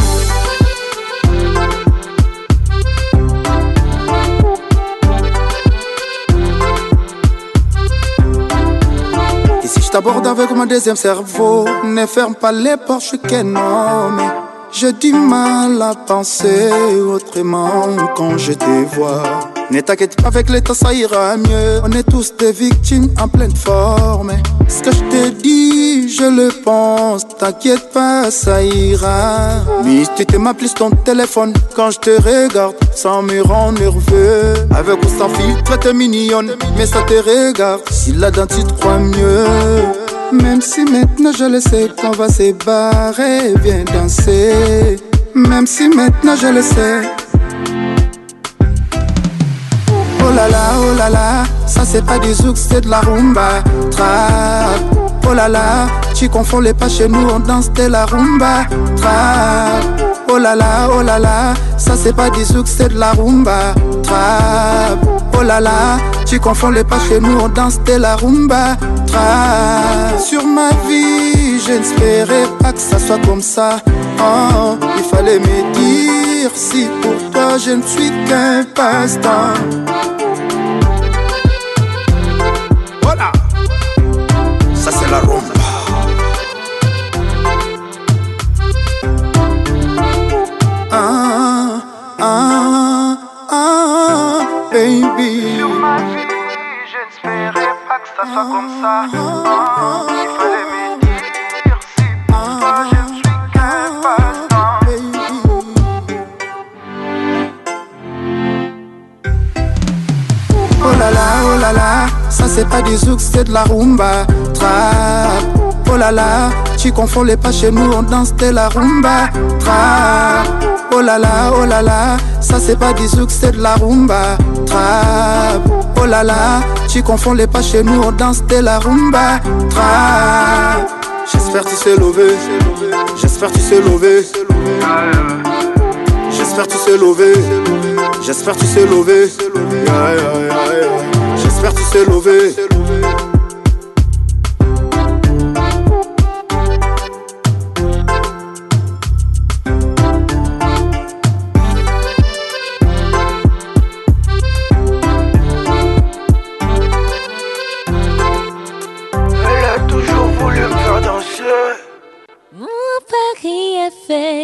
[SPEAKER 6] Et si je t'aborde avec mon deuxième cerveau, ne ferme pas les portes, je suis qu'un homme. J'ai du mal à penser autrement quand je te vois. Ne t'inquiète pas, avec le temps ça ira mieux. On est tous des victimes en pleine forme. Ce que je te dis, je le pense. T'inquiète pas, ça ira. Mais tu te m'appelles ton téléphone quand je te regarde, ça me rend nerveux. Avec ou sans filtre, t'es mignonne, mais ça te regarde. Si là-dedans tu te crois mieux. Même si maintenant je le sais qu'on va se barrer, viens danser. Même si maintenant je le sais. Oh là là, oh là là, ça c'est pas du zouk, c'est de la rumba trap. Oh là là, tu confonds les pas, chez nous on danse de la rumba trap. Oh là là, oh là là, ça c'est pas du zouk, c'est de la rumba trap. Oh là là, tu confonds les pas, chez nous on danse de la rumba trap. Sur ma vie, je n'espérais pas que ça soit comme ça. Oh, il fallait me dire si pour toi je ne suis qu'un passe-temps.
[SPEAKER 7] Voilà, ça c'est la rumba.
[SPEAKER 6] Ah, ah, ah, baby.
[SPEAKER 9] Sur ma vie, je n'espérais pas que ça soit comme ça. Ah, il fallait me dire si pour toi je ne suis qu'un passe-temps.
[SPEAKER 6] Oh là là, oh là là, ça c'est pas du zouk, c'est de la rumba trap. Oh là là, tu confonds les pas, chez nous on danse de la rumba trap. Oh là là, oh là là, ça c'est pas du zouk, c'est de la rumba trap. Oh là là, tu confonds les pas, chez nous on danse de la rumba trap.
[SPEAKER 7] J'espère tu sais lever, j'espère tu sais lever, j'espère tu sais lever, j'espère tu sais lever, yeah, yeah, yeah, yeah. J'espère tu sais lever.
[SPEAKER 9] Elle a toujours voulu me faire danser.
[SPEAKER 2] Mon Paris F M.